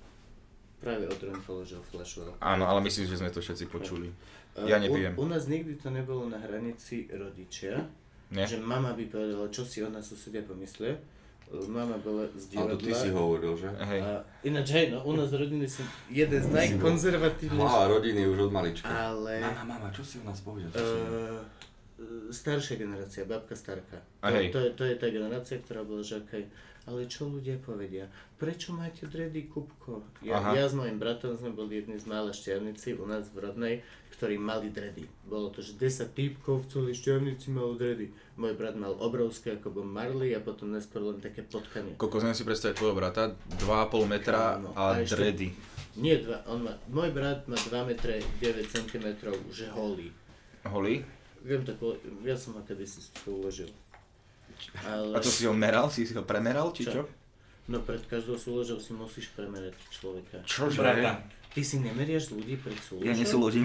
Práve Odron položil fľašu. Áno, ale myslím, že sme to všetci počuli. Uh, Ja nepijem. U, u nás nikdy to nebolo na hranici rodičia, Nie? že mama by povedala, čo si o nás susedia pomyslia. Uh, Mama bola z Ale to ty si divadla. hovoril, že? Hej. A ináč hej, no u nás rodiny sú jeden z najkonzervatívnejších. Hlava rodiny už od malička. Ale Mama, mama, čo si o nás povedia? Čo si... uh, staršia generácia, babka starka. A To, hej. to, je, to je tá generácia, ktorá bola, že okej, ale čo ľudia povedia? Prečo máte dredy, Kupko? Ja, Aha. ja s mojim bratom sme boli jedni z mála šťavnici u nás v rodnej, ktorí mali dredy. Bolo to, že desať týpkov v celej šťavnici malo dredy. Môj brat mal obrovské ako Bob Marley a potom neskôr len také potkanie. Koľko znám si predstaviť tvojho brata, dva a pol metra Áno, a a ešte- dredy. Nie dva, on má, môj brat má dva metre deväť centimetrov, že holý. Holý? Viem tak, ja som ho kedysi súložil. Ale... A to si ho meral? Si si ho premeral, či čo? Čo? No pred každou súložou si musíš premerať človeka. Čože? Brata. Ty si nemeriaš ľudí pred súložou? Ja nesúložím.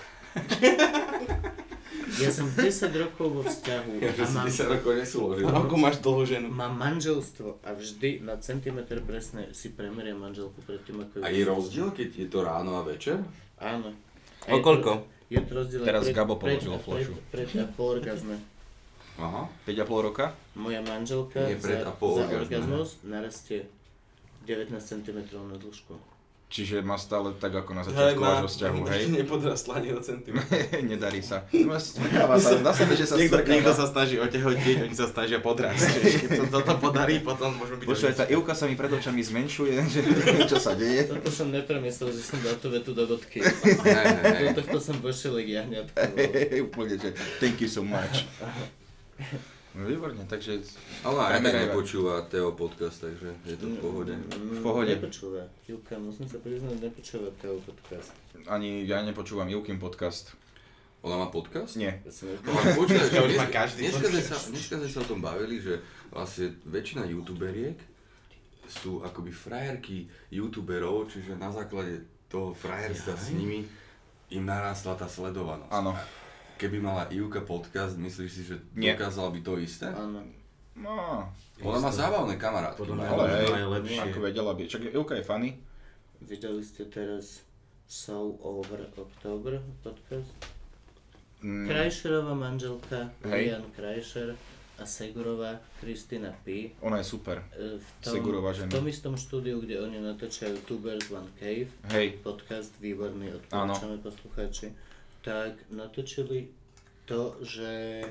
Ja som desať rokov vo vzťahu Ja, a že si mám, desať rokov nesúložil. Ako máš dlhú ženu? mám manželstvo a vždy na centimetr presne si premeriem manželku pred tým, ako ju... A je rozdiel, keď je to ráno a večer? Áno. O koľko? Je to rozdiel Teraz pred, Gabo pred, položil pred, fľašu. pred, pred a po orgazme. Aha. päť a pol roka? Moja manželka Nie, pred za, a po za orgazme. orgazmus narastie devätnásť centimetrov na dĺžku. Čiže má stále tak ako na Hej, začiatku má, vášho vzťahu, hej? nepodrastla ani o centimetr. Nedarí sa. No, strkáva sa, dá sa mi, že sa Niekto, niekto strkáva. sa snaží otehotiť, oni sa snažia podrasť. Keď to, toto podarí, potom môžeme byť... Počúvaj, tá Ivka sa mi pred očami zmenšuje, že čo sa deje. Toto som nepremyslel, že som dal tú vetu do bodky. Hej, hej, hej. Do tohto som vošiel jak jahňatko. Hej, úplne, že thank you so much. No výborne, takže Ale aj tak Premeraj. nepočúva Teo podcast, takže je to v pohode. V pohode. Nepočúva. Ivka, musím sa priznať, nepočúva Teo podcast. ani ja nepočúvam Ivkin podcast. Ona má podcast? Nie. Ja som No, ale počkaj, To už dnes- má každý dneska sme podcast. sa, dneska sme sa o tom bavili, že vlastne väčšina youtuberiek sú akoby frajerky youtuberov, čiže na základe toho frajerstva s nimi im narastla tá sledovanosť. Áno. Keby mala Ivka podcast, myslíš si, že Nie. dokázala by to isté? Áno. No, Ona má zábavné kamarátky. Podľa mňa má. ale možno hej, aj lepšie. ako vedela by. Čak Ivka je funny. Videli ste teraz So Over October podcast? Mm, Krajšerová manželka, Hej. Jan Krajšer a Segurová Kristina P. ona je super. E, V tom, Segurová v žena. tom istom štúdiu, kde oni natáčajú Tubers One Cave, Hej, podcast výborný, odporúčame poslucháči, tak natočili to, že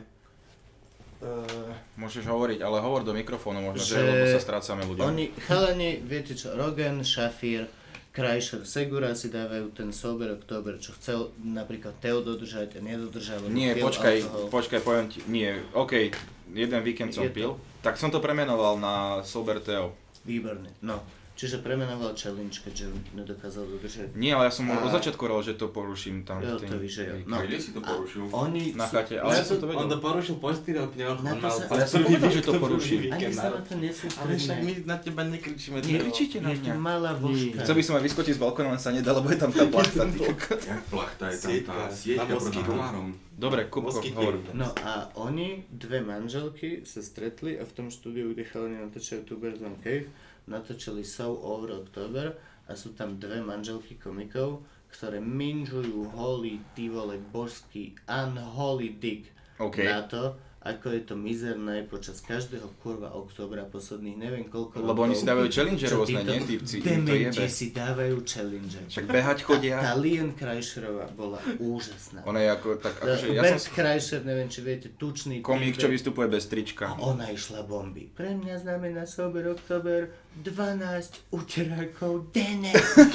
uh, môžeš hovoriť, ale hovor do mikrofónu možno, že, Že lebo sa strácame ľudia. oni, chalani, viete čo, Rogan, Šafír, Krajšer, Segura si dávajú ten sober október, čo chcel napríklad Teo dodržať a nedodržal. lebo Nie, pil počkaj, alkohol. počkaj, poviem ti, nie, okej, jeden víkend som Je to- pil, tak som to premenoval na Sober Teo. Výborný, no. Čiže premenoval challenge, keďže nedokázal dodržať. Nie, ale ja som A- od začiatku hovoril, že to poruším tam. Jo, v to víš, že jo. tej- No. A kde si to porušil? Oni Na sú- chate, ale ja som to On to vedel. porušil po štyroch dňoch, Na on to mal sa- Ale ja som prvý povedal, že to prvý poruším. víkend Ani sa na na rok. to Ale nesústredíme. však my na teba nekričíme. Nekričíte na Je mňa. tu malá vožka. Chcel by som aj vyskočiť z balkóna, len sa nedá, lebo je tam tá plachta. ty kokos. Jak plachta je tam Sieťka, tá na sieťka proti moskytu. komárom. Dobre, Kupko, Moskyty. hovor. No a oni, dve manželky, sa stretli a v tom štúdiu, kde chalani natáčajú Tubers One Cave, natočili So Over October a sú tam dve manželky komikov, ktoré minžujú holý, ty vole, božský, unholy dick OK. na to, ako je to mizerné počas každého kurva októbra posledných neviem koľko Lebo oni si dávajú challenge čo rôzne, títo nie, typci, im to dementi jebe. si dávajú challenge. Však behať Tá chodia. Lien Krajšerová bola úžasná. Ona je ako, tak akože ja Bert som Krajšer, neviem či viete, tučný komik, čo týpek. vystupuje bez trička. A ona išla bomby. Pre mňa znamená sober október dvanásť uterákov denne.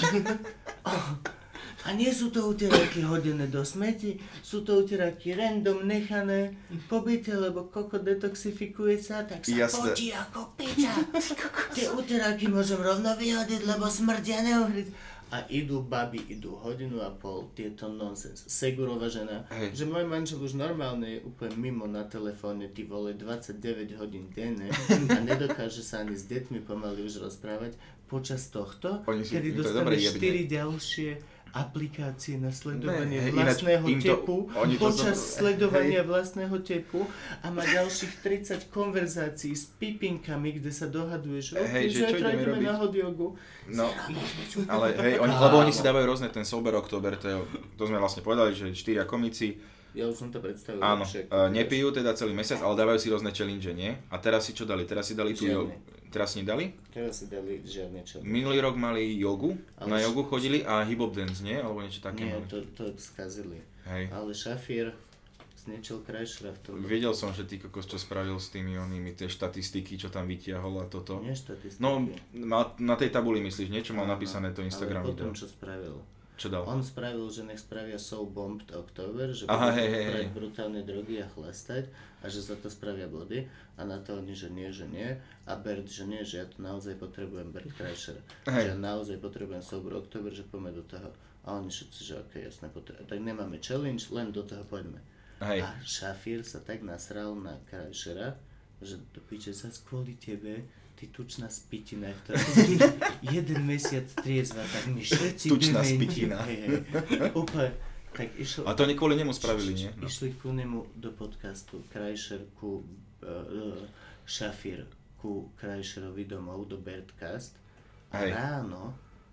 Oh. A nie sú to uteráky hodené do smeti, sú to uteráky random nechané, pobyté, lebo koko detoxifikuje sa, tak sa Jasné. potí ako piča. Tie uteráky môžem rovno vyhodiť, lebo smrdia neuhryť. A idú baby, idú hodinu a pol, tieto nonsens. Segurová žena, Hej. že môj manžel už normálne je úplne mimo na telefóne, ty vole, dvadsaťdeväť hodín denne a nedokáže sa ani s deťmi pomaly už rozprávať počas tohto, Oni si- kedy im to je dobre dostane jebne. štyri ďalšie aplikácie na sledovanie Ne, hej, ináč vlastného im to- tepu, oni to počas zobrali. sledovania vlastného tepu a má ďalších tridsať konverzácií s pipinkami, kde sa dohaduje, že Hej, ok, že čo zajtra ideme ideme robiť? na hot jogu. No, ale hej, oni, lebo oni si dávajú rôzne ten Sober Oktober, to, je, to sme vlastne povedali, že štyria komici, Ja už som to predstavil. áno, lepšie, uh, nepijú teda celý mesiac, ale dávajú si rôzne challenge, nie? A teraz si čo dali? Teraz si dali tú jogu. Žiadne. Teraz si nedali? Teraz si dali žiadne čo. Minulý rok mali jogu, Ale na š- jogu chodili a hip-hop dance, nie? Alebo niečo také Nie, mali. to, to skazili. Hej. Ale Šafír zniečil Krajšera v tom. Vedel som, že ty kokos čo spravil s tými onými, tie štatistiky, čo tam vytiahol a toto. Nie štatistiky. No, na, na tej tabuli myslíš, niečo mal Áno, napísané to Instagram ale potom video. čo spravil. Čo dal? On spravil, že nech spravia So Bombed October, že Aha, budú hej, hej, brať hej. brutálne drogy a chlastať a že za to spravia body a na to oni, že nie, že nie a Bert, že nie, že ja to naozaj potrebujem Bert Kreischer, Hej. že ja naozaj potrebujem Sober October, že poďme do toho a oni všetci, že ok, jasné, potrebujem, tak nemáme challenge, len do toho poďme. Hej. A Šafír sa tak nasral na Krajšera, že do piče sa kvôli tebe, ty tučná spitina, ktorá si jeden mesiac triezva, tak my všetci Tučná dementi, spitina. hej, hej, úplne, tak išiel, A to oni kvôli nemu spravili, nie? No. išli ku nemu do podcastu, Krajšer ku uh, Šafír ku Krajšerovi domov do Bertcast a Hej. ráno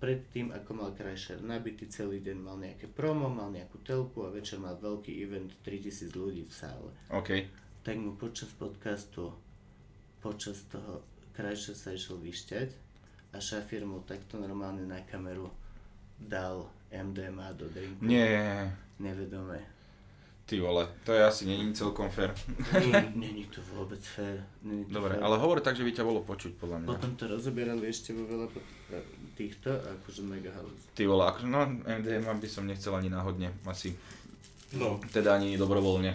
predtým, ako mal Crusher nabitý celý deň, mal nejaké promo, mal nejakú telku a večer mal veľký event, tritisíc ľudí v sále. OK. Tak mu počas podcastu, počas toho Crusher sa išiel vyšťať a Šafír mu takto normálne na kameru dal em dé em á do drinku. Nie. Nevedomé. Ty vole, to je asi není celkom fér. Nie, není to vôbec fér. Není to Dobre, fér. ale hovor tak, že by ťa bolo počuť, podľa mňa. Potom to rozoberali ešte vo veľa pod- týchto, akože mega halus. Ty vole, akože no, em dé em á by som nechcel ani náhodne, asi. No. Teda ani dobrovoľne.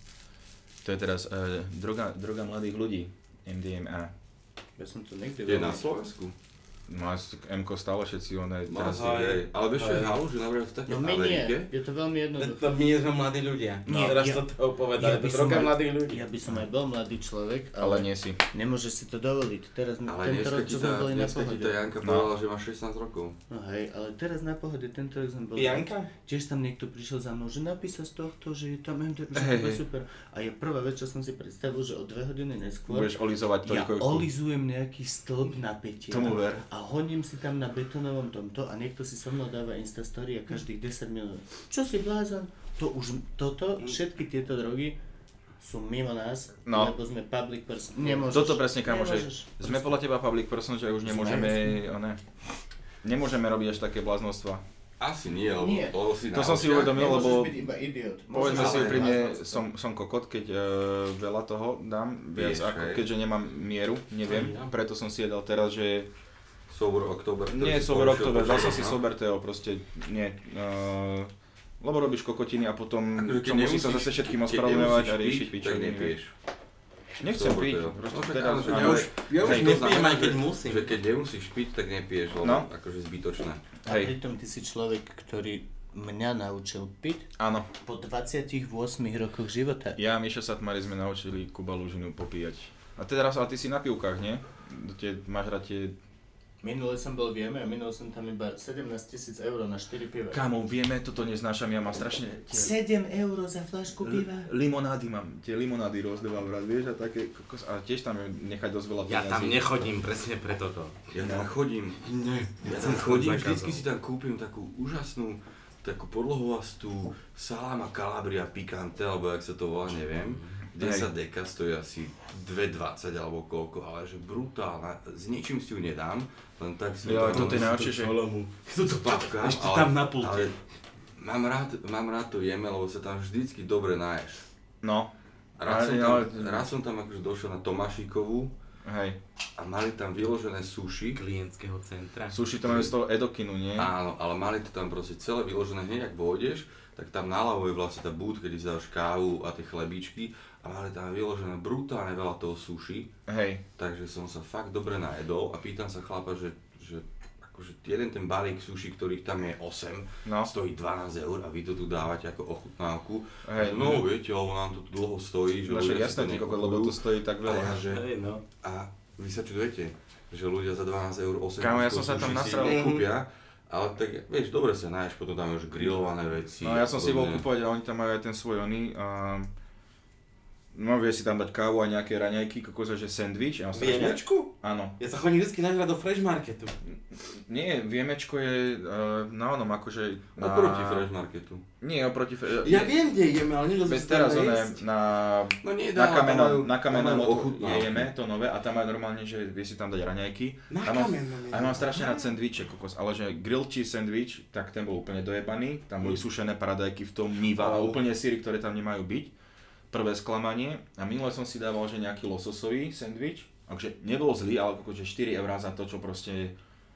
To je teraz uh, droga, droga mladých ľudí, em dé em á. Ja som to niekde Je na Slovensku. No a em-ko stále všetci, on je teraz... Asi, hej. Ale vieš, čo je Hej. halu, že napríklad v takej No my nie, Amerike, je to veľmi jednoduché. To my nie sme mladí ľudia. No. Teraz Ja- to toho povedali, ja to by je som droga aj- mladých ľudí. Ja by som aj bol mladý človek, Ale ale nie si. nemôžeš si to dovoliť. Teraz ale tento dneska rok, ti čo sme tá, boli na dneska ti pohode. tá Janka No. povedala, že má šestnásť rokov. No hej, ale teraz na pohode, tento rok sme boli. Janka? Tiež tam niekto prišiel za mnou, že napísa z tohto, že je tam em dé, že Hej, to je hej. super. A ja prvá vec, čo som si predstavil, že o dve hodiny neskôr Budeš olizovať ja toľko. olizujem nejaký stĺp napätia Tomu ver. a hodím si tam na betonovom tomto a niekto si so mnou dáva Instastory a každých desať minút. Čo si blázon? To už, toto, všetky tieto drogy sú mimo nás, No. lebo sme public person. Nemôžeš. Toto presne, kamo, že Nemôžeš. sme podľa teba public person, že už nemôžeme, one, nemôžeme robiť až také bláznostva. Asi nie, lebo, Nie. lebo si To som si naučia. uvedomil, Nemôžeš lebo byť iba idiot. povedzme Môžeš si ale úprimne, bláznostvo. som, som kokot, keď uh, veľa toho dám, viac Vieš, ako, hej. keďže nemám mieru, neviem, Aj ja. preto som si jedal teraz, že Sober Oktober. ktorý nie si Sober porušil Oktober, dal som počas si roka. Sober Teo, proste nie. Uh, lebo robíš kokotiny a potom Akože čo musí sa zase všetkým ospravedlňovať a riešiť tak pičoviny. nepiješ. Nechcem Sober piť, Teo. proste No, tak teraz, áno, že ale- Ja už, ja už Hej, to nepiem, znamená, aj keď že- musím. Že keď nemusíš piť, tak nepieš, lebo No. akože zbytočné. A Hej, pritom ty si človek, ktorý mňa naučil piť áno. po dvadsiatich ôsmich rokoch života. Ja a Miša Satmari sme naučili Kuba Lužinu popíjať. A teraz, ale ty si na pivkách, nie? Tie, máš rád tie... Minule som bol v Jeme a minul som tam iba sedemnásť tisíc eur na štyri piva. Kámo, vieme, toto neznášam, ja mám strašne... Tie... sedem eur za fľašku piva? L- limonády mám, tie limonády rozdávam rád, vieš, a také kokos, a tiež tam je nechať dosť veľa Ja peniazí. tam nechodím presne preto to. Ja tam chodím. Nie. Ja tam chodím, vždycky si tam kúpim takú úžasnú, takú podlohovastú salama Calabria Picante, alebo jak sa to volá, neviem. desať deka stojí asi dva dvadsať alebo koľko, ale že brutálna, s ničím si ju nedám, len tak si ju Jo, tam toto je najhoršie, že... Toto papkám, ešte ale- tam na pulte. ale mám rád, mám rád to Jeme, lebo sa tam vždycky dobre náješ. No, Raz som Ale- tam, ale- raz som tam akože došiel na Tomášikovú hej. a mali tam vyložené sushi. Klientského centra. Sushi to máme z toho Edokinu, nie? Áno, ale mali to tam proste celé vyložené, hneď ak vôjdeš, tak tam naľavo je vlastne tá búd, kedy si dáš kávu a tie chlebíčky a mali tam vyložené brutálne veľa toho sushi, Hej. takže som sa fakt dobre najedol a pýtam sa chlapa, že, že akože jeden ten balík sushi, ktorých tam je osem, No. stojí dvanásť eur a vy to tu dávate ako ochutnávku. Hej. No viete, lebo nám to tu dlho stojí, že No však ľudia si jasné, to ty kokot, lebo nekupujú. to stojí tak A veľa. ja, že, Hej, no. a vy sa čudujete, že ľudia za dvanásť eur osem Kámo, ja kusov som sa tam sushi si nasral. nekúpia, ale tak vieš, dobre sa náješ, potom tam je už grillované veci. No ja som si bol podobne. kúpovať a oni tam majú aj ten svoj oný. A... No vie si tam dať kávu a nejaké raňajky, kokos, že sandwich. Ja mám strašne... Viemečku? Áno. Ja sa chodím vždy nahrať do Fresh Marketu. Nie, Viemečko je uh, na onom akože... Na... Oproti Fresh Marketu. Nie, oproti... Fre... Ja viem, kde ideme, ale nedozviem Veď sa teraz tam one jesť. na... No nie, Na kamenom, na tam kamenom majú od- ochutnávky. jeme to nové a tam majú normálne, že vie si tam dať raňajky. Na A mám- kamenom A ja mám strašne rád sendviče, kokos, ale že grilled cheese sandwich, tak ten bol úplne dojebaný, tam boli sušené paradajky v tom, mýva a Oh. úplne síry, ktoré tam nemajú byť. Prvé sklamanie a minule som si dával, že nejaký lososový sandwich, takže nebol zlý, ale kokos, že štyri eurá za to, čo proste...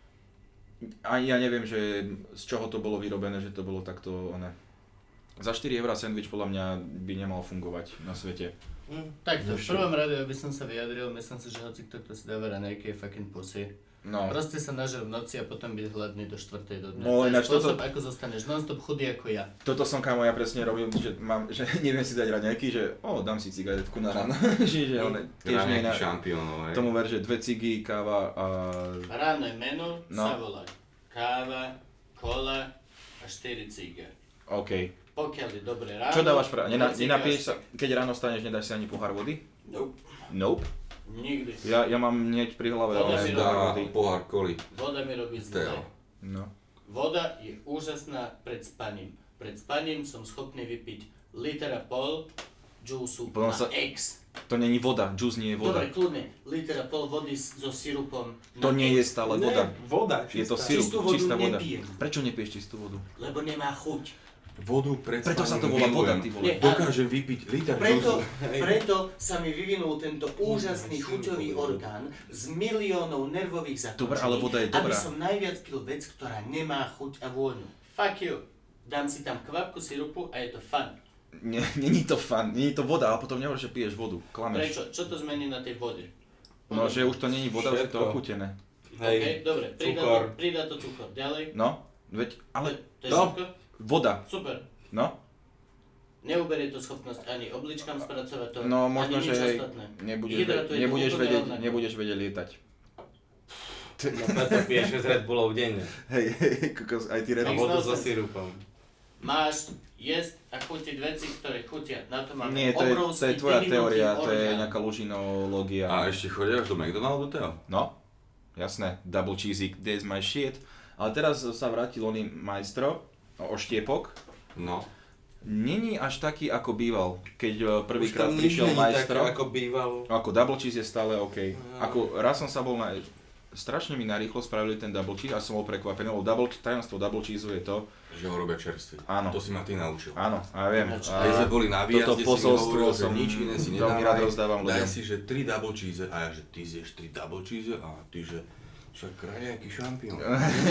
Ani ja neviem, že z čoho to bolo vyrobené, že to bolo takto, one... Za štyri eurá sandwich podľa mňa by nemal fungovať na svete. Takto, v prvom rade, aby som sa vyjadril, myslím si, že hoci kto, kto si dáva raňajky, je fucking pussy. No. Proste sa nažer v noci a potom byť hladný do štvrtej do dňa. No, to je ináč spôsob, toto- ako zostaneš non-stop chudý ako ja. Toto som, kámo, ja presne robil, že, mám, že neviem si dať raňajky, že o, dám si cigaretku na ráno. Čiže on tiež nie Ráňajky na... šampiónov, hej. Tomu ver, že dve cigy, káva a... Ráno je menu, No. sa volá káva, kola a štyri ciga. OK. Pokiaľ je dobré ráno... Čo dávaš pra... Nena, dve ciga nenapiješ a sa, keď ráno staneš, nedáš si ani pohár vody? Nope. Nope. Nikdy. Ja, ja mám hneď pri hlave, Voda ale si pohár Dá vody. pohár koli. Voda mi robí zle. Teo. No. Voda je úžasná pred spaním. Pred spaním som schopný vypiť liter a pol džúsu Potom na sa- X. To není voda, juice nie je voda. Dobre, kľudne, liter a pol vody s- so sirupom To na nie je X. stále voda. Voda, Je to čistá. sirup, Čistú vodu čistá voda. nepijem. Prečo nepiješ čistú vodu? Lebo nemá chuť. Vodu pred Preto sa to spaním volá voda, milujem. ty vole. Nie, Dokážem vypiť liter Preto, džúsu. preto sa mi vyvinul tento úžasný chuťový orgán z miliónov nervových zakončení, Dobre, ale voda je aby dobrá. som najviac pil vec, ktorá nemá chuť a vôňu. Fuck you. Dám si tam kvapku sirupu a je to fun. Nie, není to fan, není to voda, ale potom nehovoríš, že piješ vodu. Klameš. Prečo? Čo to zmení na tej vode? No, že už to není voda, už je to Všetko. ochutené. Hej, OK, dobre, pridá cukor. to, pridá to cukor. Ďalej? No, veď, ale To je no. všetko? voda, Super. no. Neuberie to schopnosť ani obličkám spracovať to, No, možno, ani že nič hej, ostatné. nebudeš, Hydratuje to nebudeš, úplne vedieť, rovnako. nebudeš vedieť lietať. No preto piješ šesť Red Bullov denne. Hej, hej, kokos, aj ty A Makes Red vodu no so sense. sirupom. Máš jesť a chutiť veci, ktoré chutia. Na to máme Nie, to je, to obrovský je tvoja vyvinutý teória, to je orgán. nejaká lužinológia. A ešte chodia až do McDonaldu, Teo? No, jasné, double cheesy, that's my shit. Ale teraz sa vrátil oný majstro, oštiepok. No. Není až taký, ako býval, keď eh, prvýkrát Už tam prišiel nič není majstro. také, ako bývalo. Ako double cheese je stále OK. Ako raz som sa bol na... Strašne mi narýchlo spravili ten double cheese a som bol prekvapený, lebo double, tajomstvo double cheeseu je to... Že ho robia čerstvý. Áno. To si ma ty naučil. Áno, a ja viem. Ináč, Keď sme boli na výjazde, toto si mi posolstvo hovoril, že som nič iné si veľmi rád rozdávam nedávaj, daj ľuďom. si, že tri double cheese a ja, že ty zješ tri double cheese a ty, že však kráľaký šampión.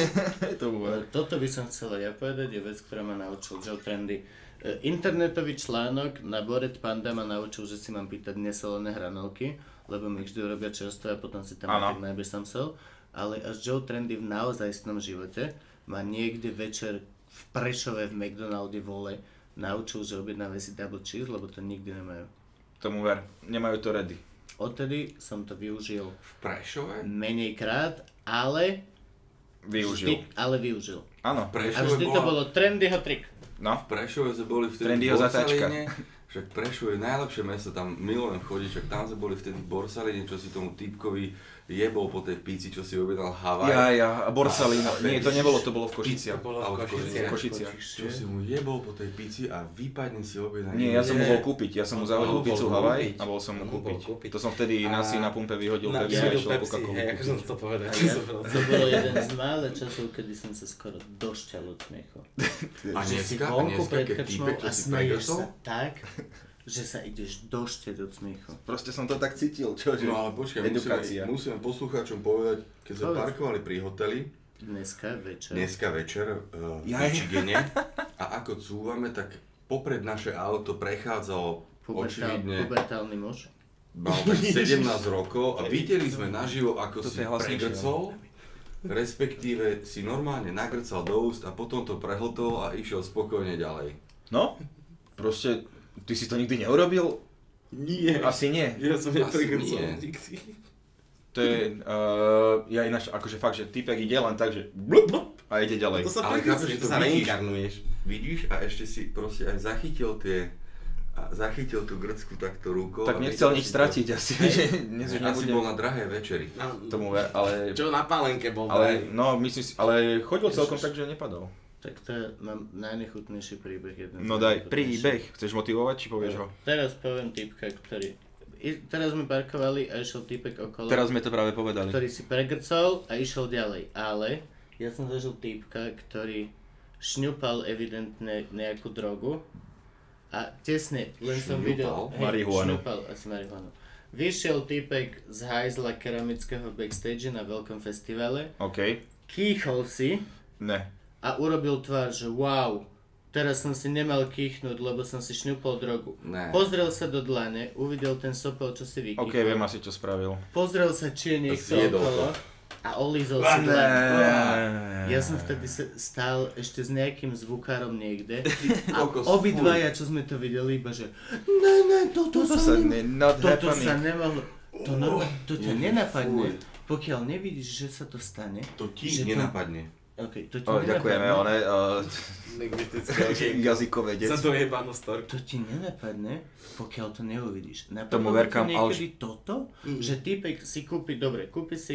to bude. Toto by som chcel ja povedať, je vec, ktorá ma naučil Joe Trendy. E, Internetový článok na Bored Panda ma naučil, že si mám pýtať nesolené hranolky, lebo mi vždy urobia čerstvé a potom si tam Áno. tak najbež som sel. Ale až Joe Trendy v naozajstnom živote ma niekde večer v Prešove v McDonalde vole naučil, že objednáme si double cheese, lebo to nikdy nemajú. Tomu ver, nemajú to ready. Odtedy som to využil V Prešove? menej krát, ale Využil. vždy, ale využil. Áno, V A Prešove vždy to bola... bolo Trendyho trik. no. V Prešove sme boli vtedy Trendyho v zatáčka. Borsalíne, však Prešov je najlepšie mesto, tam milujem chodiť, však tam sme boli vtedy v Borsalíne, čo si tomu týpkovi jebol po tej píci, čo si objednal Havaj. Ja, ja, a Borsalino. A- a- Nie, to nebolo, to bolo v Košiciach. To bolo Ale v v Košiciach. V Košiciach. Čo si mu jebol po tej píci a výpadne si objednal. Nie, ja som mu bol kúpiť, ja som mu zahodil On bol pizzu kúpiť. Havaj a bol som mu On bol kúpiť. kúpiť. To som vtedy na si A- na pumpe vyhodil Na Pepsi a vyhodil išiel Pepsi, Coca-Colu hej, ako som kúpiť. to povedal. Ja, to bolo jeden z mále časov, kedy som sa skoro došťal od smiechu. A Že si dneska, a vonku dneska, pred keď krčmou týpek, a čo si smeješ pregrcol, sa tak, že sa ideš došťať od smiechu. Proste som to tak cítil, čo? že- No ale počkaj, Edukácia. musíme, musíme poslucháčom povedať, keď sme Povedz. parkovali pri hoteli, Dneska večer. dneska večer uh, v Jaj. Michigane a ako cúvame, tak popred naše auto prechádzal Pubertál, očividne, pubertálny muž. mal tak sedemnásť rokov a videli sme naživo, ako Toto si je hlasnejšie, pregrcol, respektíve si normálne nagrcal do úst a potom to prehltol a išiel spokojne ďalej. No, proste, ty si to nikdy neurobil? Nie. Asi nie. Ja som Asi nepregrcol nie. nikdy. To je, uh, ja ináč, akože fakt, že typek ide len tak, že blup, blup, a ide ďalej. To sa Ale pregrcol, chápeš, že to to sa vidíš. reinkarnuješ. Vidíš a ešte si proste aj zachytil tie a zachytil tú grcku takto rukou. Tak a nechcel videl nič si to. stratiť asi, že dnes už Asi nebude bol na drahé večeri. No, tomu ver, ale, čo na pálenke bol ale, drahý. no myslím si, ale chodil celkom tak, že nepadol. Tak to je, mám najnechutnejší príbeh jeden. No z daj, najnechutnejších. príbeh, chceš motivovať, či povieš ho? Teraz poviem typka, ktorý... I, teraz sme parkovali a išiel typek okolo, Teraz sme to práve povedali. ktorý si pregrcol a išiel ďalej. Ale ja som zažil typka, ktorý šňupal evidentne nejakú drogu a tesne, len som Šňupal? videl... Marihuanu. Šňupal asi marihuanu. Vyšiel typek z hajzla keramického backstage na veľkom festivale, OK, kýchol si ne. a urobil tvár, že wow, teraz som si nemal kýchnúť, lebo som si šňupol drogu. Ne. Pozrel sa do dlane, uvidel ten sopel, čo si vykýchol. OK, viem asi, čo spravil. Pozrel sa, či je niekto Zjedol okolo a olízol si Ne. dlaň. Ja som vtedy sa- stál ešte s nejakým zvukárom niekde a kokos, obidvaja, čo sme to videli, iba že ne, ne, toto, Toto sa, sa ne, ne, not toto sa happening. nemalo, to, no, to ťa Ježiš, nenapadne, fuj. pokiaľ nevidíš, že sa to stane. To ti že nenapadne. Okay, to ti O, ďakujeme, nenapadne. one, uh, Lingvistické jazykové za dec. dojebanú storku. To ti nenapadne, pokiaľ to neuvidíš. Tomu Napadlo verkám, ti ale niekedy toto, že typek si kúpi, dobre, kúpi si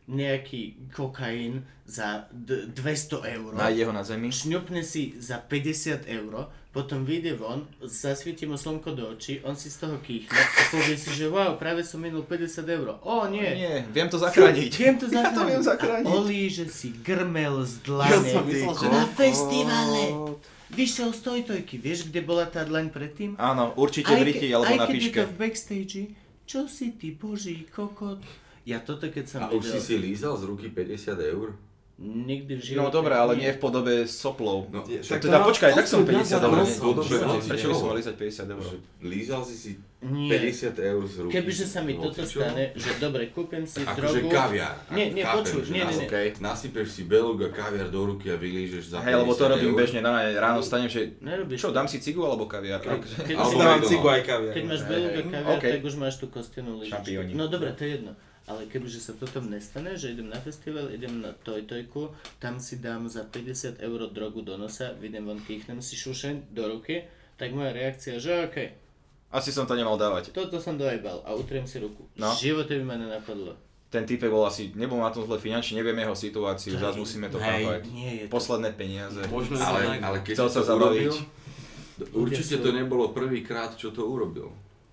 nejaký kokain za d- dvesto eur. Nájde ho na zemi. Šňupne si za päťdesiat eur, potom vyjde von, zasvieti mu slnko do očí, on si z toho kýchne a povie si, že wow, práve som minul päťdesiat eur. Ó, nie. Nie, viem to zachrániť. Viem to zachrániť. Ja to viem zachrániť. A olíže si grmel z Ja dlane som myslel, že- na festivale. Vyšiel z tojtojky, vieš, kde bola tá dlaň predtým? Áno, určite v riti alebo na Aj keď je piške. to v backstage, čo si ty, boží kokot? Ja toto keď som A už si videl, si lízal z ruky päťdesiat eur? nikdy v živote... No dobré, ale nie v podobe soplov. No, Tak však teda to- počkaj, to tak som sú päťdesiat ľudia eur. na podobe hoci Prečo by som čoho? mal lízať päťdesiat eur? Že lízal si si Nie. päťdesiat eur z ruky. Kebyže sa mi toto Hocičo? stane, že dobre, kúpim si Akože drogu... kaviár. Nie, nie, Chápem, počuj, že nie, nie, nie. Okej. Nasypeš si beluga kaviár do ruky a vylížeš za Hej, lebo to päťdesiat robím eur. bežne, no, ráno stanem, že Nerobíš čo, to. dám si cigu alebo kaviár? Keď, keď, Alebo si, Dávam McDonald's. cigu aj kaviar. keď máš Hej, beluga hej. kaviár, Okej. tak už máš tú kostenú lyžičku. Šampiónik. No dobre, to je jedno. Ale kebyže sa toto nestane, že idem na festival, idem na tojtojku, tam si dám za päťdesiat eur drogu do nosa, vidím von, kýchnem si šušeň do ruky, tak moja reakcia, že okej, Asi som to nemal dávať. toto som dojebal a utriem si ruku. No. V živote by ma nenapadlo. Ten typek bol asi, nebol na tom zle finančne, neviem jeho situáciu, zase musíme to Hej, chápať. nie je to. Posledné peniaze. Možno Ale, ale keď Chcel si sa to zabaviť. urobil, určite to nebolo prvýkrát, čo to urobil.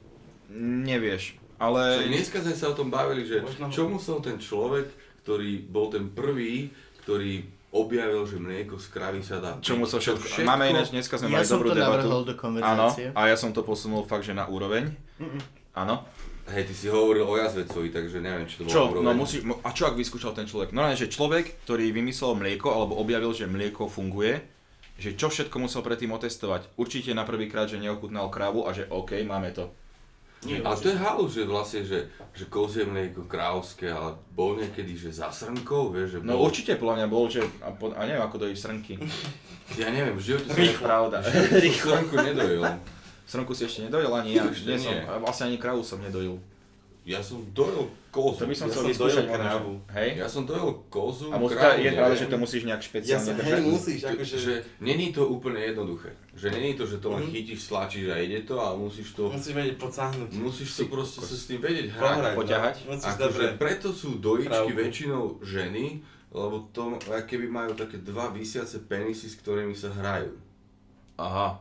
Nevieš, Však ale... dneska sme sa o tom bavili, že Možno- čo musel ten človek, ktorý bol ten prvý, ktorý objavil, že mlieko z kravy sa dá Čo piť. musel všetko... Máme ináč, dneska sme Ja mali som dobrú to debatu. navrhol do Áno, konverzácie. a ja som to posunul fakt, že na úroveň. Áno. Hej, ty si hovoril o jazvecovi, takže neviem, či to bolo Čo? úroveň. No musí, mo- a čo ak vyskúšal ten človek? No že človek, ktorý vymyslel mlieko, alebo objavil, že mlieko funguje, že čo všetko musel predtým otestovať? Určite na prvýkrát, že neochutnal krávu a že OK, máme to. Nie, Ale to je halus, že vlastne, že, že kozie mlieko krávské, ale bol niekedy, že za srnkou, vieš, že bol... No určite podľa mňa bol, že... A, po, a neviem, ako dojíš srnky. Ja neviem, v živote som... To je pravda. Rýchlo. Srnku nedojil. Srnku si ešte nedojil ani ja. Ešte Nie som, nie. a vlastne ani kravu som nedojil. Ja som dojil kozu. To by som Ja chcel som vyskúšať dojil možno, že- krávu. Hej? Ja som dojil kozu, A musí, krávu, je pravda, neviem. že to musíš nejak Ja špeciálne som, držať. hej, musíš, To- akože... že není to úplne jednoduché. Že není to, že to len Mhm. chytíš, stlačíš a ide to, ale musíš to... Musíš vedieť podsáhnuť. Musíš to proste sa s tým vedieť hrať. Pohrať, poťahať. No. Musíš Akože dobre. preto sú dojičky krávku. väčšinou ženy, lebo to, ako keby majú také dva visiace penisy, s ktorými sa hrajú. Aha.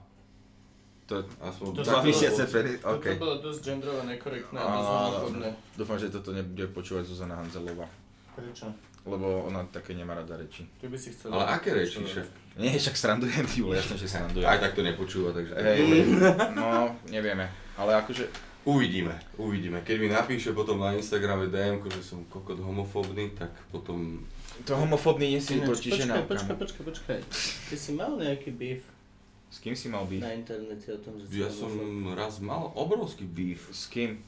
To, Aspoň To dva sa- mesiace peri... Okay. OK. To bolo dosť genderovo nekorektné a Áno, dosť áno. homofoobné. Dúfam, že toto nebude počúvať Zuzana Hanzelová. Prečo? Lebo ona také nemá rada reči. Ty by si chcel... Ale aké reči, šéf? Nie, však srandujem, ty vole, jasne, že srandujem. Aj tak to nepočúva, takže... Hej, no, nevieme. Ale akože... Uvidíme, uvidíme. Keď mi napíše potom na Instagrame dé emko, že som kokot homofóbny, tak potom... To homofóbny nie si Ináč, totiž počkaj, žena. počkaj, počkaj, počkaj. Ty si mal nejaký beef S kým si mal byť? na internete o tom, že si Ja som homofób? raz mal obrovský beef S kým?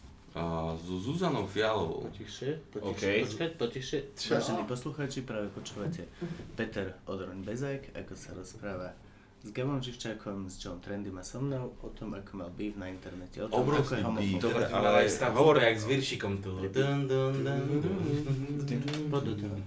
a, so Zuzanou Fialovou. Potichšie, OK. potichšie, počkať, potichšie. Vážení poslucháči, práve počúvate Peter Odroň Bezák, ako sa rozpráva s Gavom Živčákom, s John Trendym a so mnou o tom, ako mal beef na internete, o tom, Obrovský ako je homofób. beef. Dobre, Ale ale aj stav hovor... jak s viršikom tu. Dun, dun, dun, dun. Poď do toho.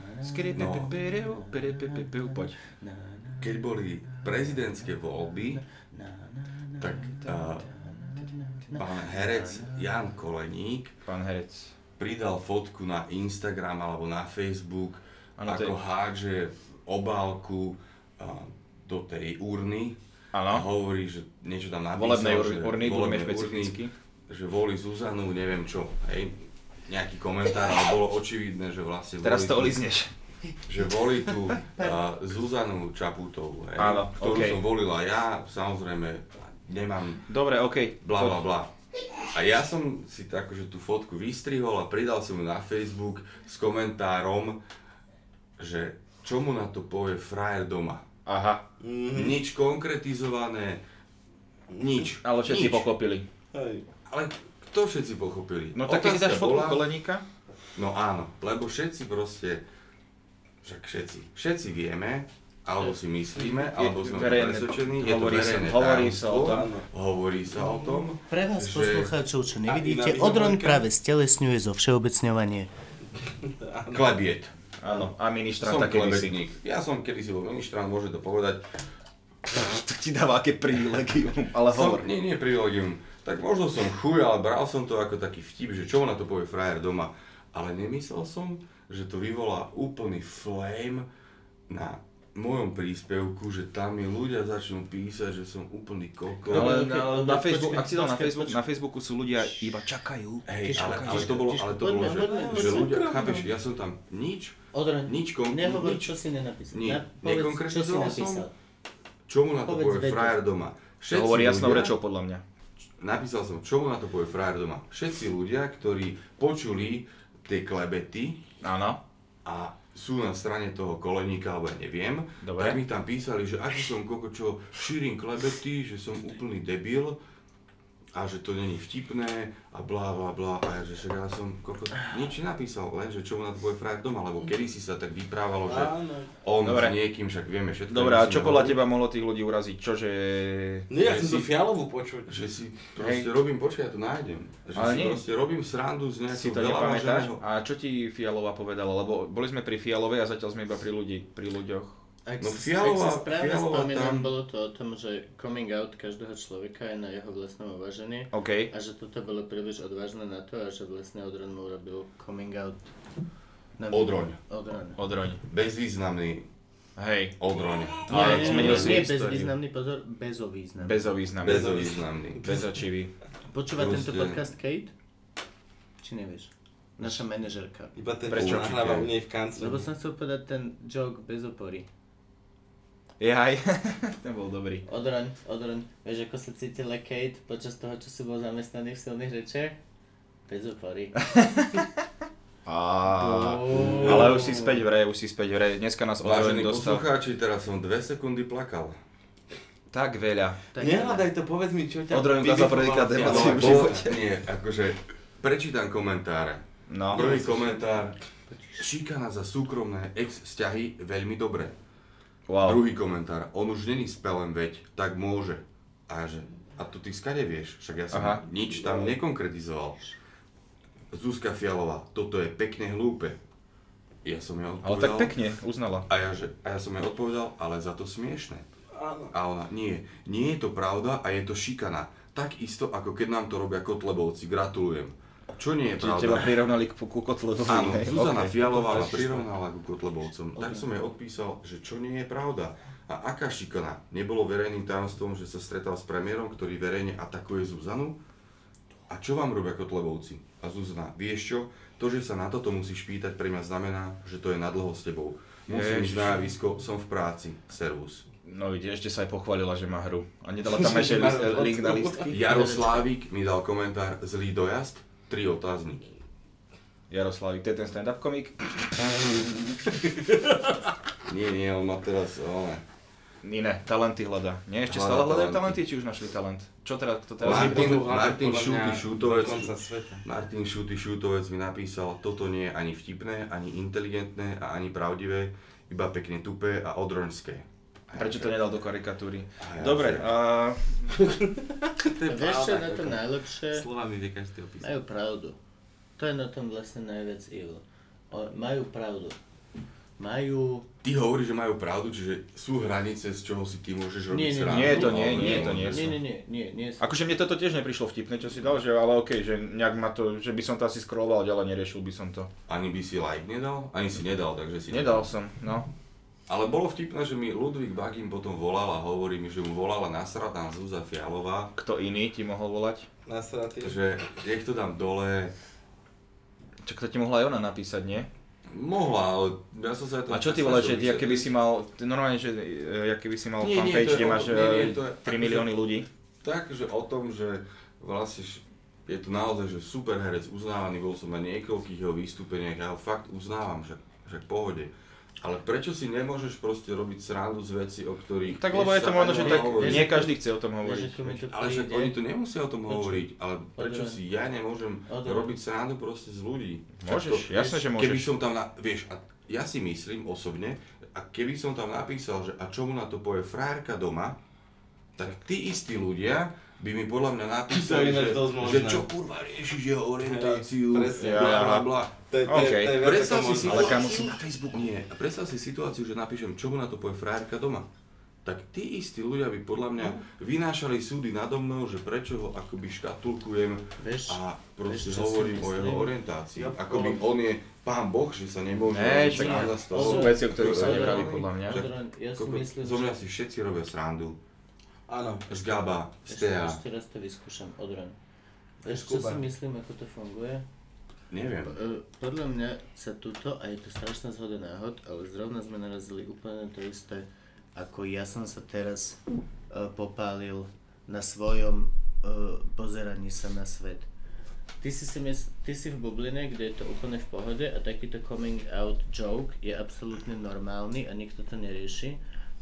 No. Poď. Keď boli prezidentské voľby, tak a, pán herec Jan Koleník Pán herec. pridal fotku na Instagram alebo na Facebook, Áno, to ako je- hádže obálku a, do tej urny a Áno. hovorí, že niečo tam napísal, Volebnej ur- že urny, budeme volebnej špecificky. urny, že volí Zuzanu, neviem čo, hej, nejaký komentár, ale bolo očividné, že vlastne Teraz volí to tú- olizneš. že volí tú uh, Zuzanu Čaputovú, hej, Áno, ktorú okej. som volila ja, samozrejme nemám Dobre, okej. bla bla bla. A ja som si tak, akože tú fotku vystrihol a pridal som ju na Facebook s komentárom, že čo mu na to povie frajer doma. Aha. Nič konkretizované, nič. Ale všetci nič. pochopili. Hej. Ale kto všetci pochopili? No tak keď Otázka dáš fotku bola- Koleníka? No áno, lebo všetci proste, však všetci, všetci vieme, alebo si myslíme, alebo sme verejné- presvedčení, je to hovorí sa- verejné hovorí sa o tajomstvo, tom. hovorí sa o tom, Pre vás že- poslucháčov, čo nevidíte, A iná Odroň výhovorka? práve stelesňuje zo všeobecňovanie. klebiet. Áno. A ministrant Som také si. klebetník. Ja som kedysi bol ministrant, môže to povedať. To ti dáva aké privilegium, ale hovor. Som, nie, nie privilegium. Tak možno som chuj, ale bral som to ako taký vtip, že čo na to povie frajer doma. ale nemyslel som, že to vyvolá úplný flame na mojom príspevku, že tam mi ľudia začnú písať, že som úplný kokos. Ale Dobre, na, dobre, na počkaj, Facebook, ak si dal na počkaj, Facebook, počkaj. na Facebooku sú ľudia iba čakajú. Hej, Tiško, ale, ale tiško, to bolo, tiško, ale to poďme, bolo, že, poďme, že poďme. ľudia, chápeš, ja som tam nič, Odroň, nič, kon, nehovor, nič, čo si nenapísal. Nie, Na- povedz, čo si nekonkretizoval som. napísal. čomu na to Povedz povie vetu. frajer doma. To hovorí jasnou rečou podľa mňa. Napísal som, čomu na to povie frajer doma. Všetci ľudia, ktorí počuli tie klebety Áno. a sú na strane toho Koleníka, alebo ja neviem, Dobre. tak mi tam písali, že aký som koko, čo šírim klebety, že som úplný debil a že to není vtipné a blá blá blá a ja, že však ja som koko nič nenapísal, len že čo mu na to povie frajer doma, lebo kedy si sa tak vyprávalo, že Áno. on Dobre. s niekým, však vieme všetko. Dobre, a nemusíme čo podľa hovoriť. teba mohlo tých ľudí uraziť? Čože... Nie, ja Že chcem to si- Fialovú počuť. Že si proste robím, počkaj, ja to nájdem. Že Ale si nie. proste robím srandu z Si nejakého to nepamätáš? veľaváženého. A čo ti Fialová povedala? Lebo boli sme pri Fialovej a zatiaľ sme iba pri ľudí, pri ľuďoch. Ak, No si- Fialová- ak si správne Fialová spomínam, tam- bolo to o tom, že coming out každého človeka je na jeho vlastnom uvažení OK. a že toto bolo príliš odvážne na to a že vlastne Odroň mu urobil coming out. Na Odroň. Odroň. Odroň. Bezvýznamný Hej. odroň. Nie, Ale nie, zmenil nie, si nie históriu. bezvýznamný, pozor, bezovýznamný. Bezovýznamný. Bezvýznamný. Bezočivý. Počúva tento Proste- podcast Kate? Či nevieš? Naša manažerka. Iba ten, Prečo? čo nahráva u nej v kancli. Lebo som chcel povedať ten joke bez opory. Jaj, ten bol dobrý. Odroň, Odroň, vieš ako sa cítila Kate počas toho, čo si bol zamestnaný v silných rečiach? Bez opory. Á, ale už si späť v hre, už si späť v hre. Dneska nás Vážení Odroň dostal poslucháči, teraz som dve sekundy plakal. tak veľa. Tak Nehľadaj to, povedz mi, čo ťa... Odroň ukázal prvýkrát vybifovala emócie. Fialová. v živote. Nie, akože prečítam komentáre. No. Prvý komentár. Šikana za súkromné ex-vzťahy veľmi dobré. Wow. Druhý komentár. On už není spelem, veď, tak môže. A že, a to ty skade vieš, však ja som Aha. nič tam nekonkretizoval. Zuzka Fialová, toto je pekne hlúpe. Ja som jej Ale odpovedal. tak pekne, uznala. A ja, že, a ja som jej odpovedal, ale za to smiešné. Áno. A ona, nie, nie je to pravda a je to šikana. Tak isto, ako keď nám to robia Kotlebovci, gratulujem. Čo nie je Čiže pravda? teba prirovnali k ku Kotlebovi. Áno, hej, Zuzana ok. Fialová ma prirovnala ku Kotlebovcom. Tak som jej odpísal, že čo nie je pravda. A aká šikana? Nebolo verejným tajomstvom, že sa stretal s premiérom, ktorý verejne atakuje Zuzanu? A čo vám robia Kotlebovci? A Zuzana, vieš čo? To, že sa na toto musíš pýtať, pre mňa znamená, že to je nadlho s tebou. Musím ísť Ježiš. na javisko, som v práci. Servus. No vidíš, ešte sa aj pochválila, že má hru. A nedala tam ešte list, link na listky. Jaroslávik mi dal komentár zlý dojazd, tri otázniky. Jaroslávik, to je ten stand-up komik? Nie, nie, on má teraz, ale... Iné, talenty hľadá. Nie, ešte Hľadá stále hľadajú talenty. talenty, či už našli talent? Čo teraz, kto teraz? Martin- Budú hľadať Martin podľa Šuty mňa Šutovec. do konca sveta. Martin Šuty Šutovec mi napísal, toto nie je ani vtipné, ani inteligentné a ani pravdivé, iba pekne tupé a odroňské. A ja, Prečo to že- nedal do karikatúry? a ja, Dobre, že- a... To je A vieš čo pravda, na to ako- najlepšie? Slovami vie každý opísať. Majú pravdu. To je na tom vlastne najviac evil. O, majú pravdu. Majú... Ty hovoríš, že majú pravdu, čiže sú hranice, z čoho si ty môžeš robiť Nie, nie, srandu. nie, to nie, ale nie, to nie Nie, sú. nie, nie, nie, nie. sú. Akože mne toto tiež neprišlo vtipné, čo si dal, že ale okej, že nejak ma to, že by som to asi scrolloval ďalej, neriešil by som to. Ani by si like nedal? Ani si nedal, takže si Nedal som, no. Ale bolo vtipné, že mi Ludvík Bagín potom volal a hovorí mi, že mu volala nasratá Zúza Fialová, Kto iný ti mohol volať? Nasratý. že nech to dám dole. Čo to ti mohla aj ona napísať, nie? Mohla, ale ja som sa aj to... A čo ty voláš, že jak keby si mal, ty normálne, že e, jak keby si mal Nie, nie, fanpage, to je kde o- máš nie, nie, to je- tri milióny ľudí? Tak, že o tom, že vlastne š- je to naozaj, že super herec, uznávaný, bol som na niekoľkých jeho vystúpeniach, ja ho fakt uznávam, že, že v pohode. Ale prečo si nemôžeš proste robiť srandu z veci, o ktorých... Tak lebo vieš je to sa možno, ani že tak nehovorí? nie každý chce o tom Vieš, hovoriť. ako mi to Ale však príde? oni tu nemusia o tom Počuj. hovoriť, ale prečo Odroň. si ja nemôžem Odroň. robiť srandu proste z ľudí? Môžeš, Tak jasné, že môžeš. Keby som tam, na, vieš, a ja si myslím osobne, a keby som tam napísal, že a čo mu na to povie frajerka doma, tak tí istí ľudia by mi podľa mňa napísali, To je že, dosť možné. že čo kurva riešiš jeho orientáciu, presne. bla bla bla. To je, to je, OK. to je viac Predstav ako si možné. Ale kamu situáciu sú na Facebooku. Nie, a predstav si situáciu, že napíšem, čo mu na to povie frajerka doma. tak tí istí ľudia by podľa mňa vynášali súdy nado mnou, že prečo ho akoby škatulkujem Vieš, a proste vieš, čo si hovorím o jeho myslím? orientácii. Akoby on je pán Boh, že sa nemôže Ne, robiť však sranda z toho. sú veci, o ktorých sa Že- nepraví podľa mňa. Odroň, ja si Koko, myslím, zo mňa že... si všetci robia srandu. Áno. Z Gaba, z Ešte, Tea. ešte raz to vyskúšam, odroň. Vieš, čo Kuba. si myslím, ako to funguje? Neviem. E, Podľa mňa sa tuto, a je to strašná zhoda náhod, ale zrovna sme narazili úplne to isté, ako ja som sa teraz uh, popálil na svojom uh, pozeraní sa na svet. Ty si, si, mysl, ty si v bubline, kde je to úplne v pohode a takýto coming out joke je absolútne normálny a nikto to nerieši,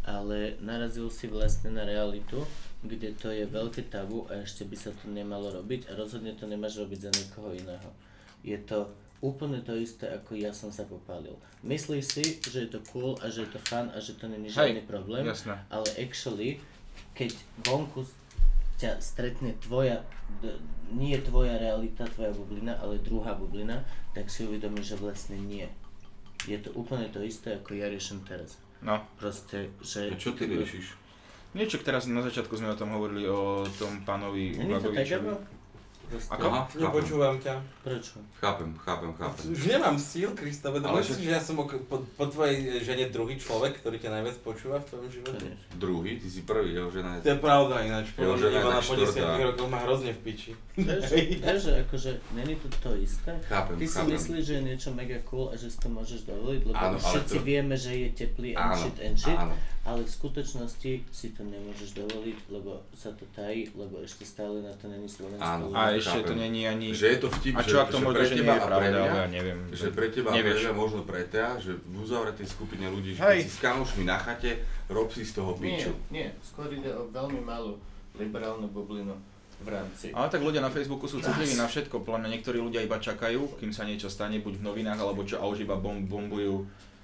ale narazil si vlastne na realitu, kde to je veľké tabu a ešte by sa to nemalo robiť a rozhodne to nemáš robiť za niekoho iného. Je to úplne to isté, ako ja som sa popálil. Myslíš si, že je to cool a že je to fun a že to není žiadny problém, jasné. ale actually, keď vonku ťa stretne tvoja, d- nie tvoja realita, tvoja bublina, ale druhá bublina, tak si uvedomíš, že vlastne nie. Je to úplne to isté, ako ja riešim teraz. No. Proste, že... A čo ty riešiš? Niečo, teraz na začiatku sme o tom hovorili, o tom pánovi Není to tak, Vagovičovi. Gabo? Proste, Ako? Aha, chápem. Nepočúvam ťa. Prečo? Chápem, chápem, chápem. Už nemám síl, Kristofe, Ale myslíš, že- že ja som ok- po, po tvojej žene druhý človek, ktorý ťa najviac počúva v tvojom To živote? nie. Druhý, ty si prvý, jeho žena To je... je pravda ináč, Jo, podľa že mňa aj Ivana tak po štvrtá. desiatich rokoch má hrozne v piči. Vieš, vieš, že akože, není to to isté? Chápem, Ty si chápem. myslíš, že je niečo mega cool a že si to môžeš dovoliť, lebo Áno, ale všetci to- vieme, že je teplý and Áno, shit and shit, áno. ale v skutočnosti si to nemôžeš dovoliť, lebo sa to tají, lebo ešte stále na to není Slovenská Áno. A ľudia. ešte to Chápem. není ani... Že je to vtip, A čo že, ak to že možno, pre že nie teba je a pre pravda, mňa, ale ja neviem. že pre teba a pre Nevieš. mňa, možno pre Tea, že v uzavretej skupine ľudí, že Hej. keď si s kamošmi na chate, rob si z toho Nie, piču. nie, skôr ide o veľmi malú liberálnu bublinu v rámci. Ale tak ľudia na Facebooku sú citliví na všetko, podľa mňa niektorí ľudia iba čakajú, kým sa niečo stane, buď v novinách, alebo čo, a už iba bom, bombujú,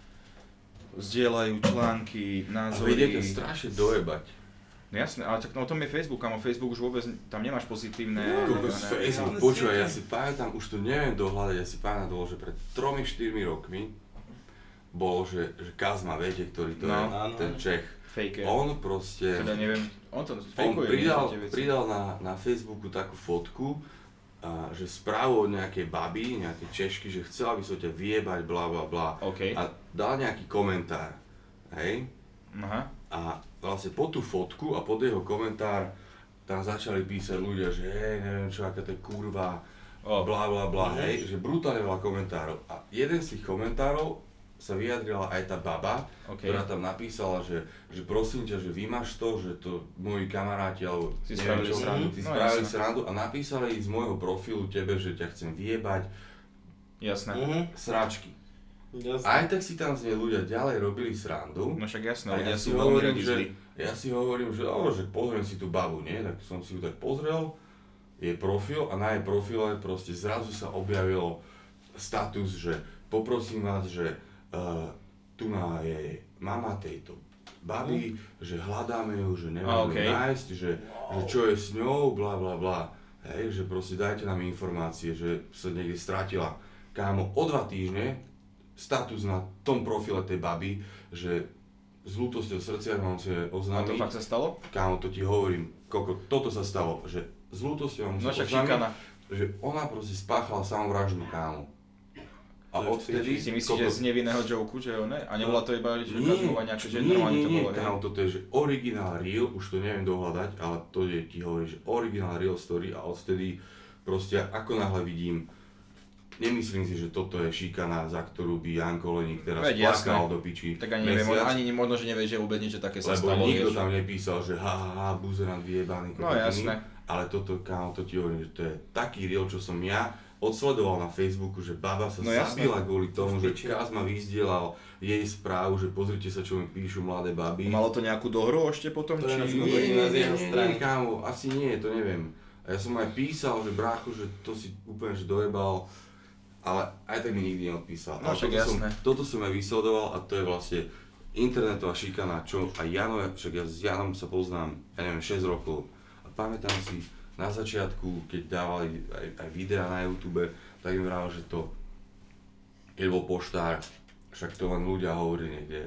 zdieľajú články, A názory. vedie ťa strašne dojebať. No jasné, ale tak no, o tom je Facebook, kamo Facebook už vôbec, tam nemáš pozitívne... Kokos, ne- Facebook, ne- počúvaj, ne- ja si pamätám, už to neviem dohľadať, ja si pamätám, že pred tromi štyri rokmi bol, že, že Kazma, viete, ktorý to No. je, Áno. ten Čech. Fake. On proste, Teda neviem, on to on fejkuje. pridal, nie, tie veci. pridal na, na Facebooku takú fotku, a, že správu od nejakej baby, nejakej Češky, že chcela by som ťa vyjebať, bla bla bla. OK. A dal nejaký komentár, hej? Aha. A vlastne pod tú fotku a pod jeho komentár tam začali písať ľudia, že hej, neviem čo, aká to je kurva, O. bla bla bla, hej, že brutálne veľa komentárov. A jeden z tých komentárov sa vyjadrila aj tá baba, OK. ktorá tam napísala, že, že prosím ťa, že vymaž to, že to moji kamaráti, alebo Si neviem spravili čo, srandu. si No, spravili jasné. srandu a napísali z môjho profilu tebe, že ťa chcem vyjebať, Jasné. Mhm. sračky. Jasne. Aj tak si tam z nej ľudia ďalej robili srandu. No však jasné, A ľudia ja si sú veľmi hovorím, radi že, zlí. ja si hovorím, že, oh, že pozriem si tú babu, nie? Tak som si ju tak pozrel, jej profil a na jej profile proste zrazu sa objavilo status, že poprosím vás, že uh, tu na je mama tejto baby, že hľadáme ju, že nemáme Okay. ju nájsť, že, že čo je s ňou, bla bla bla. Hej, že proste dajte nám informácie, že sa niekde stratila. Kámo, o dva týždne status na tom profile tej baby, že s ľútosťou srdcia vám si A to oznámiť. fakt sa stalo? Kámo, to ti hovorím, koko, toto sa stalo, že s ľútosťou vám No musím však oznámiť, šikana. že ona proste spáchala samovraždu, kámo. A To je odtedy, Si myslíš, že z nevinného joku, že jo, ne? A nebola to iba že nie, kazmová nejaká, že nie, normálne nie, to nie, bolo, hej? kámo, toto je, že originál reel, už to neviem dohľadať, ale to je, ti hovorí, že originál real story a odtedy proste ako náhle vidím, nemyslím si, že toto je šikana, za ktorú by Janko Leník teraz Veď, jasné. plakal do piči Tak ani neviem, mesiac, ani možno, že nevie, že vôbec niečo také sa lebo stalo, nikto vieš. tam nepísal, že ha, ha, ha, buzerant vyjebaný. No kokotiny. jasné. Ale toto, kámo, to ti hovorím, že to je taký reel, čo som ja odsledoval na Facebooku, že baba sa No jasné. zabila kvôli tomu, že Kaz ma vyzdielal jej správu, že pozrite sa, čo mi píšu mladé baby. Malo to nejakú dohru ešte potom, To je na či... škodu. Nie, nie, z nie, jeho nie, strany. nie, kámo, asi nie, to neviem. A ja som aj písal, že brácho, že to si úplne že dojebal, ale aj tak mi nikdy neodpísal. No Ale však toto som, jasné. toto som aj vysledoval a to je vlastne internetová šikana, čo aj Jano, však ja s Janom sa poznám, ja neviem, šesť rokov. A pamätám si, na začiatku, keď dávali aj, aj videá na YouTube, tak im vravel, že to, keď bol poštár, však to len ľudia hovorí niekde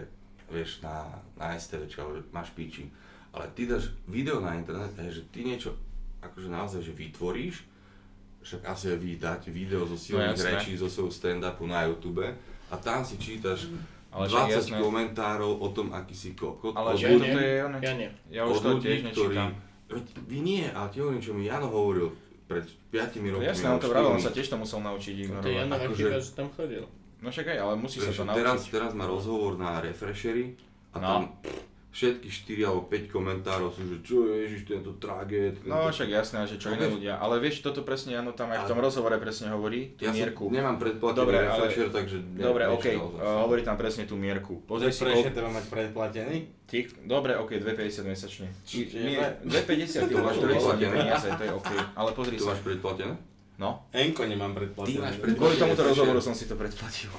vieš, na, na STVčka, ale máš piči. Ale ty dáš video na internet, že ty niečo akože naozaj, že vytvoríš, však asi aj vy dáte video zo silných no, rečí, zo svojho stand-upu na YouTube a tam si čítaš ale dvadsať jasné. komentárov o tom, aký si kokot. Ale od že ľudí, toto je ono. Ja nie. Ja už od to ľudí, tiež ktorí... nečítam. Veď vy nie, ale ti hovorím, čo mi Jano hovoril pred piatimi rokmi. Jasné, on to vravel, on sa tiež to musel naučiť To je ignorovať. Jana Akože- chyba, že tam chodil. No však aj, ale musí sa to naučiť. Teraz, teraz má rozhovor na Refreshery a No. tam všetky štyri alebo päť komentárov sú, že čo ježiš, tento traget. No však jasné, že čo No, iné vieš- ľudia. Ale vieš, toto presne Jano tam aj v tom Ale- rozhovore presne hovorí, tú Ja mierku. som, nemám predplatený Dobre, ale- Refresher, takže... ne- Dobre, okej, nečítal som. uh, hovorí tam presne tú mierku. Pozri si, Prečo koľko... treba mať predplatený? Ty, dobre, okej, dve päťdesiat mesačne. Či- či Nie, jebe? dve päťdesiat, ty To máš máš predplatené predplatené. peniaze, to je okej. Ale pozri Ty sa. máš predplatené? No, Enko nemám predplatený. Ty máš predplatené. kvôli tomuto Refresher. rozhovoru som si to predplatil.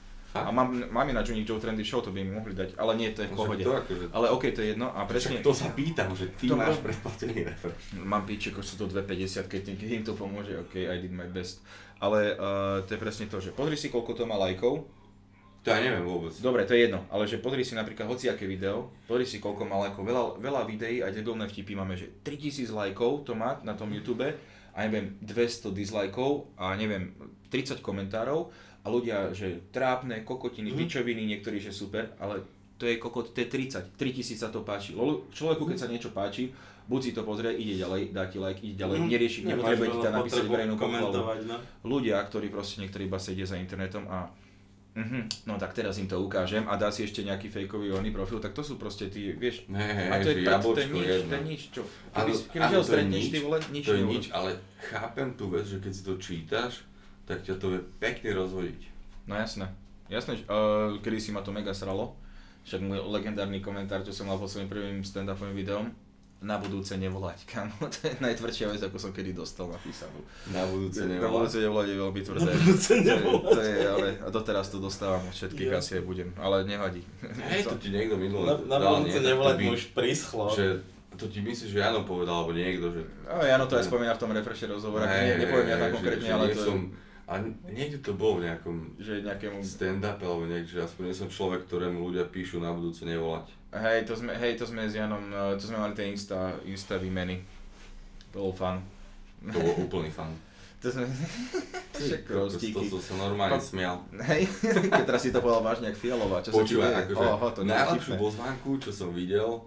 A mám, mám ináč u nich Joe Trendy Show, to by mi mohli dať, ale nie, to je v No, pohode. však to akože... Ale okej, to je jedno a presne... Však to sa pýtam, že ty To máš bol- predplatený Refresher. Mám píči, ako sú to dve päťdesiat, keď, keď im to pomôže, ok, I did my best. Ale uh, to je presne to, že pozri si, koľko to má lajkov. To ja neviem vôbec. Dobre, to je jedno, ale že pozri si napríklad hociaké video, pozri si, koľko má lajkov. Veľa, veľa videí a debilné vtipy máme, že tritisíc lajkov to má na tom YouTube a neviem, dvesto dislajkov a neviem, tridsať komentárov. A ľudia, že trápne, kokotiny, Mhm. pičoviny, niektorí, že super, ale to je kokot, to je tridsať, tritisíc sa to páči. Lolo- Človeku, keď sa niečo páči, buď si to pozrie, ide ďalej, dá ti like, ide ďalej, Mhm. nerieši, Nemáš nepotrebuje ti veľa tam napísať potrebu verejnú pochvalu. komentovať, no. Ľudia, ktorí proste niektorí iba sedia za internetom a mhm, no tak teraz im to ukážem a dá si ešte nejaký fejkový oný profil, tak to sú proste tí, vieš, Ne, hej, a to je, že prd, to je jablčko nič, jedno. to je nič, čo, Áno, keby, keby áno, ho to je stretneš, nič, ty vole, nič To je neurob. nič, ale chápem tú vec, že keď si to čítaš, tak ťa to vie pekne rozhodiť. No jasné, jasné, že, uh, kedy si ma to mega sralo, však môj legendárny komentár, čo som mal pod svojím prvým stand-upovým videom, na budúce nevolať, kámo, to je najtvrdšia vec, ako som kedy dostal napísanú. Na budúce Na nevolať. budúce nevolať je veľmi tvrdé. Na budúce To je- nevolať. To je, ale a doteraz to dostávam od všetkých, Jo. asi aj budem, ale nevadí. Hej, to ti niekto minulé Na, na dal, budúce nie? nevolať To by- mu už prischlo. Že to ti myslíš, že Jano povedal, alebo niekto, že... No, Jano to aj spomína v tom Refresher rozhovore, ne, nepoviem ja tak konkrétne, že, ale nie to som, a niekde to bol v nejakom je, že nejakému... stand-up, alebo niekde, že aspoň nie som človek, ktorému ľudia píšu na budúce nevolať. Hej, to sme, hej, to sme s Janom, eh, to sme mali tie Insta, Insta výmeny. To bol fun. To bol úplný fan. To sme... Však To, to, rostíky. to, to som normálne Pa- smial. Hej, keď teraz si to povedal vážne, jak Fialová, čo sa ti Počúvaj, deje? akože Oho, to nie je najlepšiu vtipné. pozvánku, čo som videl,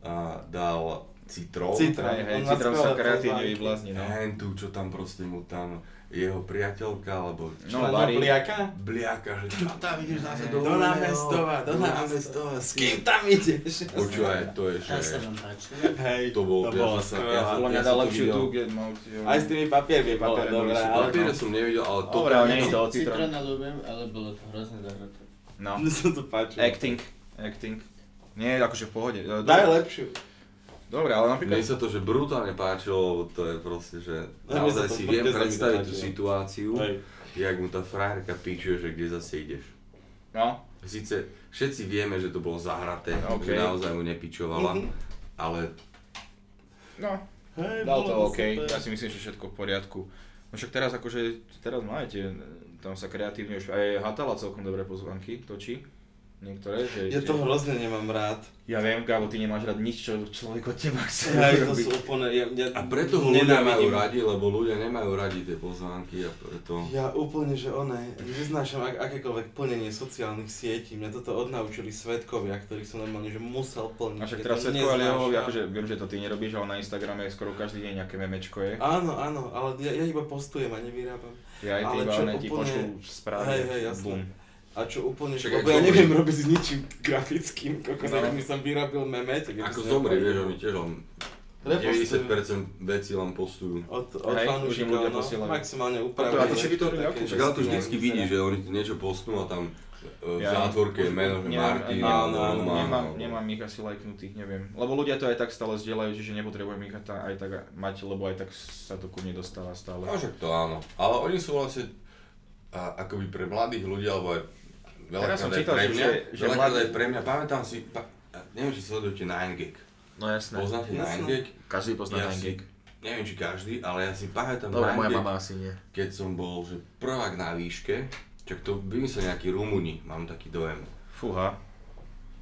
a dal Citrón. Citrón. Hej, hej, On má Citron sa skvelé kreatívne pozvánky. vyvlázni, no. Hen tu, čo tam proste mu tam jeho priateľka, alebo No, Členom Larry. Pliaka? bliaka, že čo tam ideš zase do Do Humeného? námestova, do námestova. S kým tam ideš? Počúvaj, to je, Tá sa že vám páči. Hej, to bol, to ja bolo som sa- skvelé. ja som- Podľa mňa ja dal som to lepšiu videl. tu, keď mal... Aj s tými papiermi bolo Papiere boli dobré, super. ale Papiere som nevidel, ale to... Dobre, ale nie je to o Citron. Citrona ľúbim, ale bolo to hrozne zahraté. No. mne sa to páčilo. Acting, acting. Nie, akože v pohode. Daj Dobre, lepšiu. dobre, ale Mne napríklad... sa to, že brutálne páčilo, lebo to je proste, že No, mne sa naozaj to si fakt viem nezaujíma, predstaviť tú páčilo. situáciu, Hej. jak mu tá frajerka píče, že kde zase ideš. No, Sice všetci vieme, že to bolo zahraté, OK. že naozaj mu nepičovala, Mhm. ale no. Hej, Dal to bolo OK, super. ja si myslím, že všetko v poriadku. No však teraz akože, teraz máte, tam sa kreatívne už, aj Hatala celkom dobré pozvánky točí. Niektoré, že... Ja to hrozne nemám rád. Ja viem, Gabo, ty nemáš rád nič, čo človek od teba chce Hej, to robiť. sú úplne... Ja, ja a preto ho ľudia majú nenávidím. radi, lebo ľudia nemajú radi tie pozvánky a preto... Ja úplne, že one, neznášam ak- akékoľvek plnenie sociálnych sietí. Mňa toto odnaučili svedkovia, ktorých som normálne, že musel plniť. A však Ja teraz to Svetkovia neznášam. Jehovi, akože viem, že to ty nerobíš, ale na Instagrame skoro každý deň nejaké memečko je. Áno, áno, ale ja, ja iba postujem a nevyrábam. Ja aj ty ale iba čo ne, ti úplne- pošlú správy. Hej, hej, jasné. Bum. A čo úplne, Však lebo ak ja zomrie. neviem robiť s ničím grafickým, kokos, No. no. mi som vyrobil meme, tak ja by Ako som zomrie, nepovedal. vieš, oni tiež len Repostujú. deväťdesiat percent vecí len postujú. Od, od Hej, už im fanúšikov, ľudia no, posielajú. maximálne A upravujú. to si vytvorili akú? Však ale to vždycky vidí, že oni niečo postnú a tam e, v Ja- zátvorke je meno, že Neviem, Martin, nemám, alebo áno, Roman, nemám, alebo- nemám ich asi lajknutých, neviem. Lebo ľudia to aj tak stále zdieľajú, čiže nepotrebujem ich aj tak, aj tak mať, lebo aj tak sa to ku mne dostáva stále. No však to áno, ale oni sú vlastne a, akoby pre mladých ľudí, alebo aj Teraz som veľakrát aj čítal, pre že- mňa, že- že veľakrát mladí- aj pre mňa, pamätám si, pa, neviem, či sledujete nine gag. No jasné. Poznáte Jasné. nine gag? Každý pozná Ja nine si- gag. Neviem, či každý, ale ja si pamätám Dobre, nine moja gag, mama asi nie. keď som bol, že prvák na výške, čak to vymyslel nejaký Rumúni, mám taký dojem. Fúha.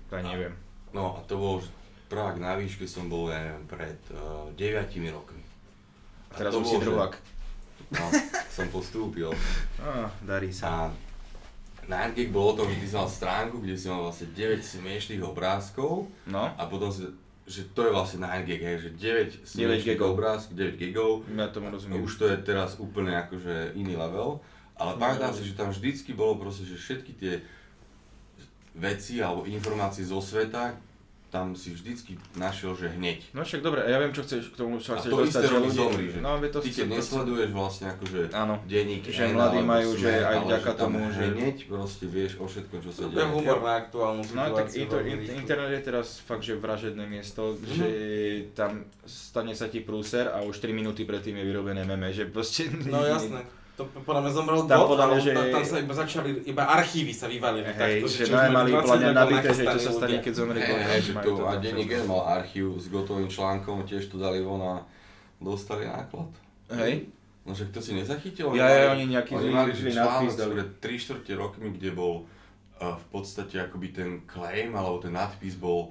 To ja neviem. No a to bol prvák na výške som bol, ja neviem, pred uh, deviatimi rokmi. A teraz to už si bolo, druhák. že- No, som postúpil. Á, darí sa. A nine gag bolo o tom, že ty si mal stránku, kde si mal vlastne deväť smiešných obrázkov No, a potom si, že to je vlastne nine gag, hej, že deväť smiešných gigov. obrázkov, deväť gigov. ja tomu A rozumiem. už to je teraz úplne akože iný level, ale pamätám si, že tam vždycky bolo proste, že všetky tie veci alebo informácie zo sveta, tam si vždycky našiel, že hneď. No však dobre, ja viem, čo chceš k tomu, čo A chceš to dostať, isté že robí ľudia... Zomri, že No, veď to ty chce- keď to chce- nesleduješ vlastne akože Áno. denník Že N mladí alebo majú, Sme, že aj ale vďaka že tam tomu, že- hneď proste vieš o všetkom, čo sa To je deje. humor na aktuálnu No tak situáciu. inter, veľmi in, rýchlo. internet je teraz fakt, že vražedné miesto, mm-hmm. že tam stane sa ti prúser a už tri minúty predtým je vyrobené meme, že proste... No jasné. To podľa mňa zomrel Tam God, podľa mňa, ale že- tam, tam sa iba začali, iba archívy sa vyvalili. Hej, takto, že čo už naj boli mali dvadsať plania rokov nabité, že čo nachystaní sa stane, ľudia. keď zomrie Hej, God. hej, že majú to, to a tam denník všetko. N mal archív s gotovým článkom, tiež to dali von a dostali náklad. Hej. No však to si nezachytil? Ja, ja, oni nejaký oni zlý- mali zlý že nápis článok dali. pred tri štvrte rokmi, kde bol uh, v podstate akoby ten claim, alebo ten nadpis bol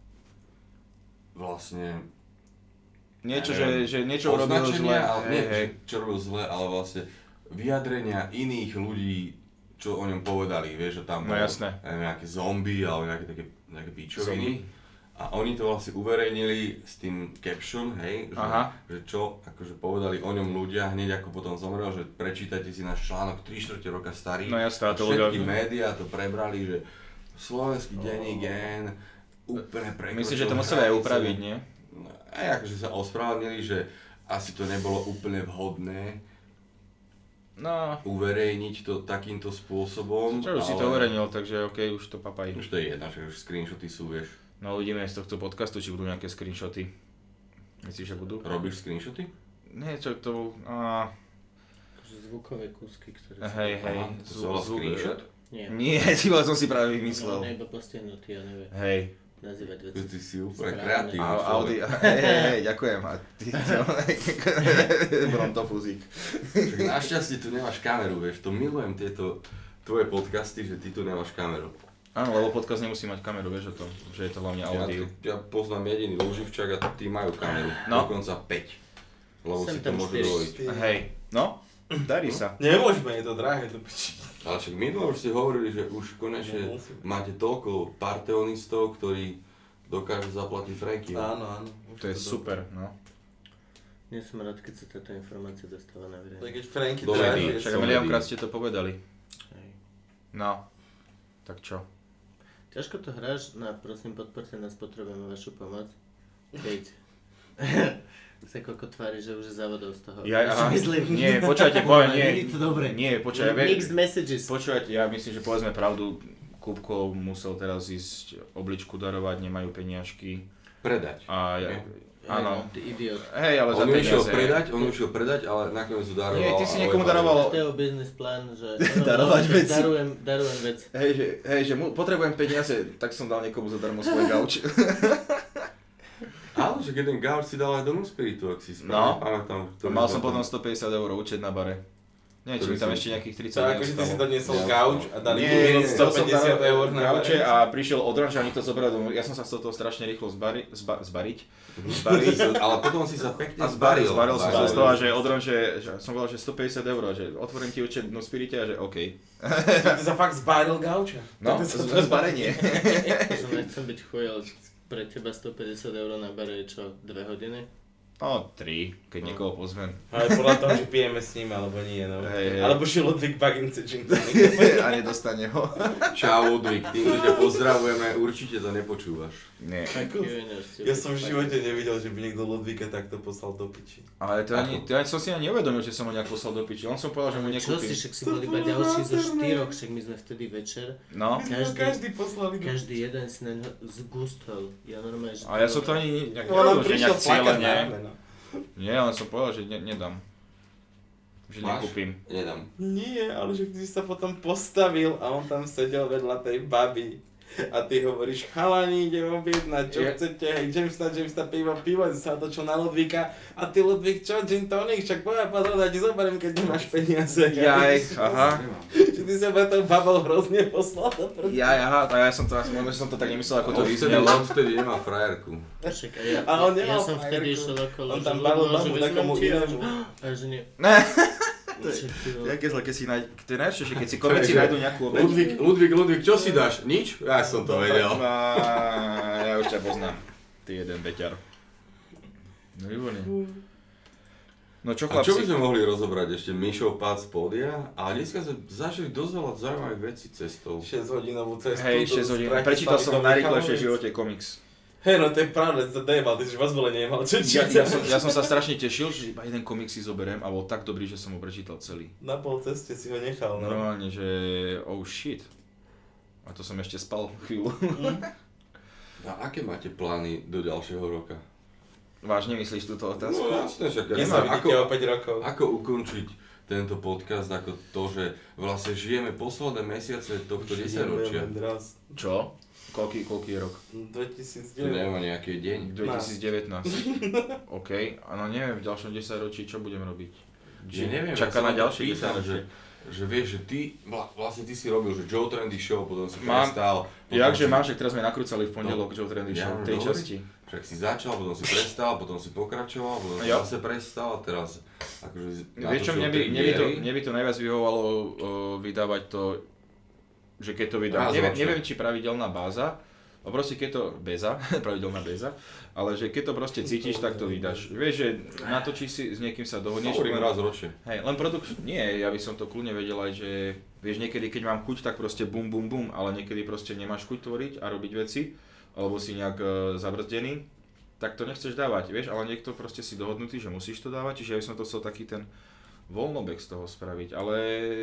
vlastne Niečo, ja že, neviem, že niečo urobil zle. označenia, ale Hej, nie, hej. že čo robil zle, ale vlastne vyjadrenia iných ľudí, čo o ňom povedali, vieš, že tam No bol jasné. neviem, nejaké zombie alebo nejaké také nejaké Zombie? pičoviny. A oni to vlastne uverejnili s tým caption, hej, že, Aha. že čo akože povedali o ňom ľudia hneď ako potom zomrel, že prečítajte si náš článok tri štvrte roka starý. No jasné, a to všetky ľudia- médiá to prebrali, že slovenský denník N úplne prekročil Myslím, že to museli aj hranice. upraviť, nie? No, aj akože sa ospravedlnili, že asi to nebolo úplne vhodné No, uverejniť to takýmto spôsobom. čo už si to uverejnil, takže okej, už to papaj. Už to je jedna, že už screenshoty sú, vieš. No uvidíme z tohto podcastu, či budú nejaké screenshoty. Myslíš, že budú? Robíš screenshoty? Nie, čo to... Á, Akože zvukové kúsky, ktoré hej, hej. Aha, to sa volá screenshot? Nie. Nie, ty vole, som si práve No, vymyslel. iba postihnutý, ja neviem Hej. nazývať Ty, veci. ty si úplne Správne. kreatívny A, Audi, človek. hej, hej, hej, ďakujem. A ty, Brontofúzik. Však našťastie tu nemáš kameru, vieš, to milujem tieto tvoje podcasty, že ty tu nemáš kameru. Áno, lebo podcast nemusí mať kameru, vieš o tom, že je to hlavne Ja, audio. ja poznám jediný Luživčák a tí majú kameru, No. dokonca päť. Lebo Sem si to tam môžu štyri. dovoliť. Hej, no, darí sa. Nemôžeme, je to drahé, to piči. Ale však minule už ste hovorili, že už konečne Nemusím. máte toľko parteonistov, ktorí dokážu zaplatiť Franky. Áno, áno. To je super, no. Nie som rád, keď sa táto informácia dostáva na To je verejnosť. keď Franky Do draží. médií. Však som miliónkrát vedý. ste to povedali. Hej. No, tak čo? Ťažko to hráš, no prosím podporte nás, potrebujeme vašu pomoc. Keď sa koľko tvári, že už je závodov z toho. Ja, Vieš, čo aha, myslím? nie, počujte, poviem, nie. Nie je to dobré. Nie, počúvaj, ve- Mixed messages. Počúvajte, ja myslím, že povedzme pravdu, Kúbko musel teraz ísť obličku darovať, nemajú peniažky. Predať. A ja, Nie. áno. Ty idiot. Hej, ale za On ju išiel peniaze. predať, on ju išiel predať, ale nakoniec ju daroval. Nie, ty si ale niekomu iba- daroval- To je jeho business plán, že Darovať že veci. Darujem, darujem vec. Hej, že, hej, že mu, potrebujem peniaze, tak som dal niekomu zadarmo svoj gauč. Ale že jeden gauč si dal aj do Nuspiritu, ak si No. správne pamätám. A mal som potom stopäťdesiat eur účet na bare. Nie, či Ktorý mi tam si- ešte nejakých To tridsať akože ty si neostalo. doniesol Ja- gauč a dali Nie, ti minus chcel som stopäťdesiat dávať eur na gauče bare. a prišiel odrač a oni to zobrali domov. Ja som sa chcel toho strašne rýchlo zbari, zba, zbariť. Zbariť. Ale potom si sa pekne A zbaril, zbaril. zbaril som sa Zbaril. z toho, že odron, že, že som povedal, že stopäťdesiat eur, že otvorím ti účet no spirite a že OK. Ty sa fakt zbaril gauča. No, To sa- z- zbarenie. Že nechcem byť chuj, ale pre teba stopäťdesiat eur na bare je čo, dve hodiny? No, tri, keď niekoho pozvem. Ale podľa toho, že pijeme s ním, alebo nie, no. Hej, hej. Alebo že Ludvík Bagince gin tonic. A nedostane ho. Čau Ludvík, tým, že ťa pozdravujeme, určite to nepočúvaš. Nie. Ja som v živote nevidel, že by niekto Ludvíka takto poslal do piči. Ale to ani, to ani som si ani neuvedomil, že som ho nejak poslal do piči. On som povedal, že mu Čo si, nekúpim. však si bol iba ďalší zo štyroch, však my sme vtedy večer. No. Každý- Každý poslali do Každý jeden si na ňo zgustol. Ja normálne, že... A ja som to ani nejak No, nevedel, ale že prišiel nejak plakať na cieľene. rameno. Nie, len som povedal, že ne, nedám. Že Máš? nekúpim. Nedám. Nie, ale že ty si sa potom postavil a on tam sedel vedľa tej baby. A ty hovoríš, chalani, idem objednať, čo Je- chcete, hej, Jamesa, Jamesa, pivo, pivo, sa točil na Ludvíka. A ty Ludvík, čo, gin tonic, však poďa pozrieť, ja ti zoberiem, keď nemáš peniaze. Jaj, aha. Že Či ty sa ma tou babou hrozne poslal do prd. Ja, ja, a ja som to, možno som to tak nemyslel, ako to On vtedy, vyznelo. on vtedy nemá frajerku. Však, a ja, A on nemal ja som vtedy frajerku. išiel okolo, On že tam ľudia, balil že babu vezmem takomu ti a inému. že- a že nie. Ne, Však, ty vole. jaké zle, keď si nájde, to je najlepšie, keď si komici nájdu nejakú obeď. Ludvík, Ludvík, Ludvík, čo si dáš? Nič? Ja som to vedel. A, ja už ťa poznám. Ty jeden beťar. No výborne. No čo A čo by chlapci? sme mohli rozobrať ešte? Mišov pád z pódia? A dneska sme zažili dosť veľa zaujímavých vecí cestou. šesťhodinovú cestu. Hej, do- šesť z hodín. Bratislavy Prečítal som do v najrýchlejšej Michaloviec. živote komiks. Hej, no to je pravda, to nemal, ty si vás vole nemal, čo Ja, čítaš? ja, som, ja som sa strašne tešil, že iba jeden komiks si zoberiem a bol tak dobrý, že som ho prečítal celý. Na pol ceste si ho nechal, no. Normálne, že oh shit. A to som ešte spal chvíľu. A aké máte plány do ďalšieho roka? Vážne myslíš túto otázku? No jasne, však Kde ja sa neviem, vidíte o ako, päť rokov? ako ukončiť tento podcast ako to, že vlastne žijeme posledné mesiace tohto desaťročia. Raz. Čo? Koľký, koľký je rok? To dvetisícdeväť. neviem, nejaký deň. dvetisícdevätnásť. OK, áno neviem, v ďalšom desaťročí čo budem robiť? Že neviem, Čaká ja sa na len ďalšie pýtam, desaťročie. že, že vieš, že ty, vla- vlastne ty si robil, že Joe Trendy Show, potom si Mám- prestal. potom Jakže si- mám, však teraz sme nakrúcali v pondelok Joe Trendy Ja Show, mám tej hovoriť? časti. Však si začal, potom si prestal, potom si pokračoval, potom si Jo. zase prestal a teraz akože Vieš čo, mne by, mne, by to, mne by to najviac vyhovovalo uh, vydávať to, že keď to vydám, Raz neviem, ročne. neviem či pravidelná báza, a proste keď to, beza, pravidelná beza, ale že keď to proste cítiš, tak to vydáš. Vieš, že natočíš si, s niekým sa dohodneš, Hovorím len, raz ročne. hej, len produkt, nie, ja by som to kľudne vedel aj, že vieš, niekedy keď mám chuť, tak proste bum bum bum, ale niekedy proste nemáš chuť tvoriť a robiť veci, alebo si nejak uh, zabrzdený, tak to nechceš dávať, vieš, ale niekto proste si dohodnutý, že musíš to dávať, čiže ja by som to chcel taký ten voľnobek z toho spraviť, ale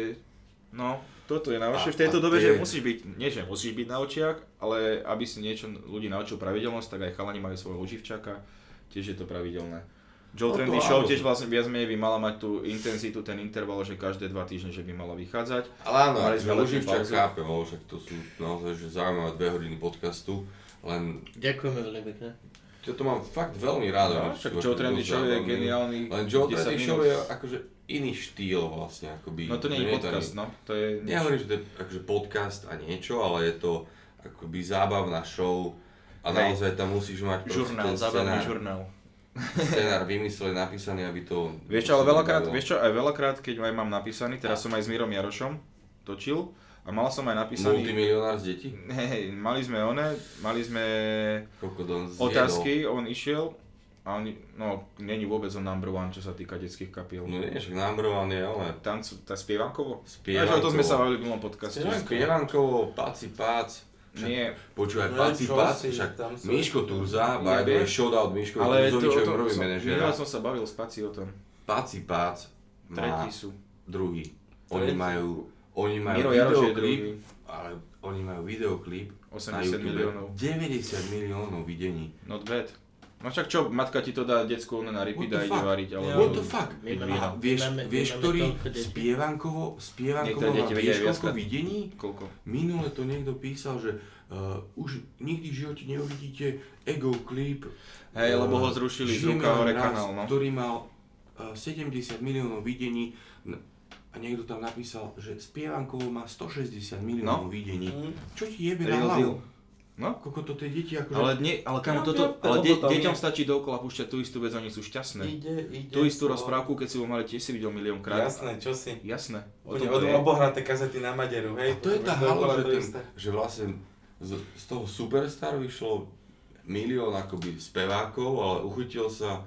no, toto je najhoršie v tejto A- a dobe, tie- že musíš byť, nie že musíš byť na očiach, ale aby si niečo ľudí naučil pravidelnosť, tak aj chalani majú svojho uživčaka, tiež je to pravidelné. Joe No to Trendy áno. Show tiež vlastne viac menej by mala mať tú intenzitu, ten interval, že každé dva týždne, že by mala vychádzať. Ale áno, Mali že sme letnú Luživčak pauzu. chápem, lebo však to sú naozaj že zaujímavé dve hodiny podcastu, len Ďakujeme veľmi pekne. to mám fakt veľmi rád. No, že však sú Joe akože Trendy dosť Show je zábavní. geniálny Len Joe desať Trendy minút. Show je akože iný štýl vlastne, akoby. No to nie je že podcast, ten- no. To je... Nehovorím, že to je akože podcast a niečo, ale je to akoby zábavná show a Hej. naozaj tam musíš mať proste Žurnál, ten zábavný scenár, žurnál. scenár vymyslený, napísaný, aby to... Vieš čo, ale si veľakrát, bavilo. vieš čo, aj veľakrát, keď aj mám napísaný, teraz som aj s Mírom Jarošom točil a mal som aj napísaný... Multimilionár z detí? Hej, hej, mali sme one, mali sme Koľko Don zjedol? otázky, on išiel a on, no, není vôbec on number one, čo sa týka detských kapiel. No nie, však number one je, ale... Tancu, tá spievankovo? Spievankovo. Až o tom sme sa bavili v minulom podcaste. Spievankovo, Paci Pác. Nie, Počúvaj, No, Paci čo Pác, si, však tam sú- Miško Turza, Nie, by the way, vieš. shoutout Miško ale to, Turzovi, čo je to, prvý som, manažér. minule som sa bavil s Paci o tom. Paci Pác má Tretí sú. druhý. Oni Tretí. majú, oni majú Miro Jaroš je videoklip, druhý. ale oni majú videoklip na osemdesiat YouTube. miliónov. deväťdesiat miliónov videní. Not bad. No však čo, matka ti to dá decku na repeat What a the ide fuck? variť, alebo... What the fuck? My Piť máme- víno. A vieš, my máme- vieš, my máme ktorý toľko detí. spievankovo, spievankovo Niektoré má deti vedia vieš aj koľko viackrát. videní? Koľko? Minule to niekto písal, že uh, už nikdy v živote neuvidíte Ego klip. Hej, uh, lebo ho zrušili z Žijeme Ruka len hore raz, kanál, no. ktorý mal uh, sedemdesiat miliónov videní n- a niekto tam napísal, že spievankovo má stošesťdesiat miliónov No. videní. Mm. Čo ti jebe na Real hlavu? deal. No. Koľko to tie deti akože... Ale, nie, ale kamo, No, toto, to- ale to de, potom deťom je. stačí dookola púšťať tú istú vec, oni sú šťastné. Ide, ide. Tú istú slovo. rozprávku, keď si ho mali, tiež si videl miliónkrát. Jasné, čo si. Jasné. O Úplne tom to od, je. obohraté kazety na Maderu, hej? A to je tá Dokola hala, že, to ten, isté. že vlastne z, z toho Superstaru vyšlo milión akoby spevákov, ale uchytil sa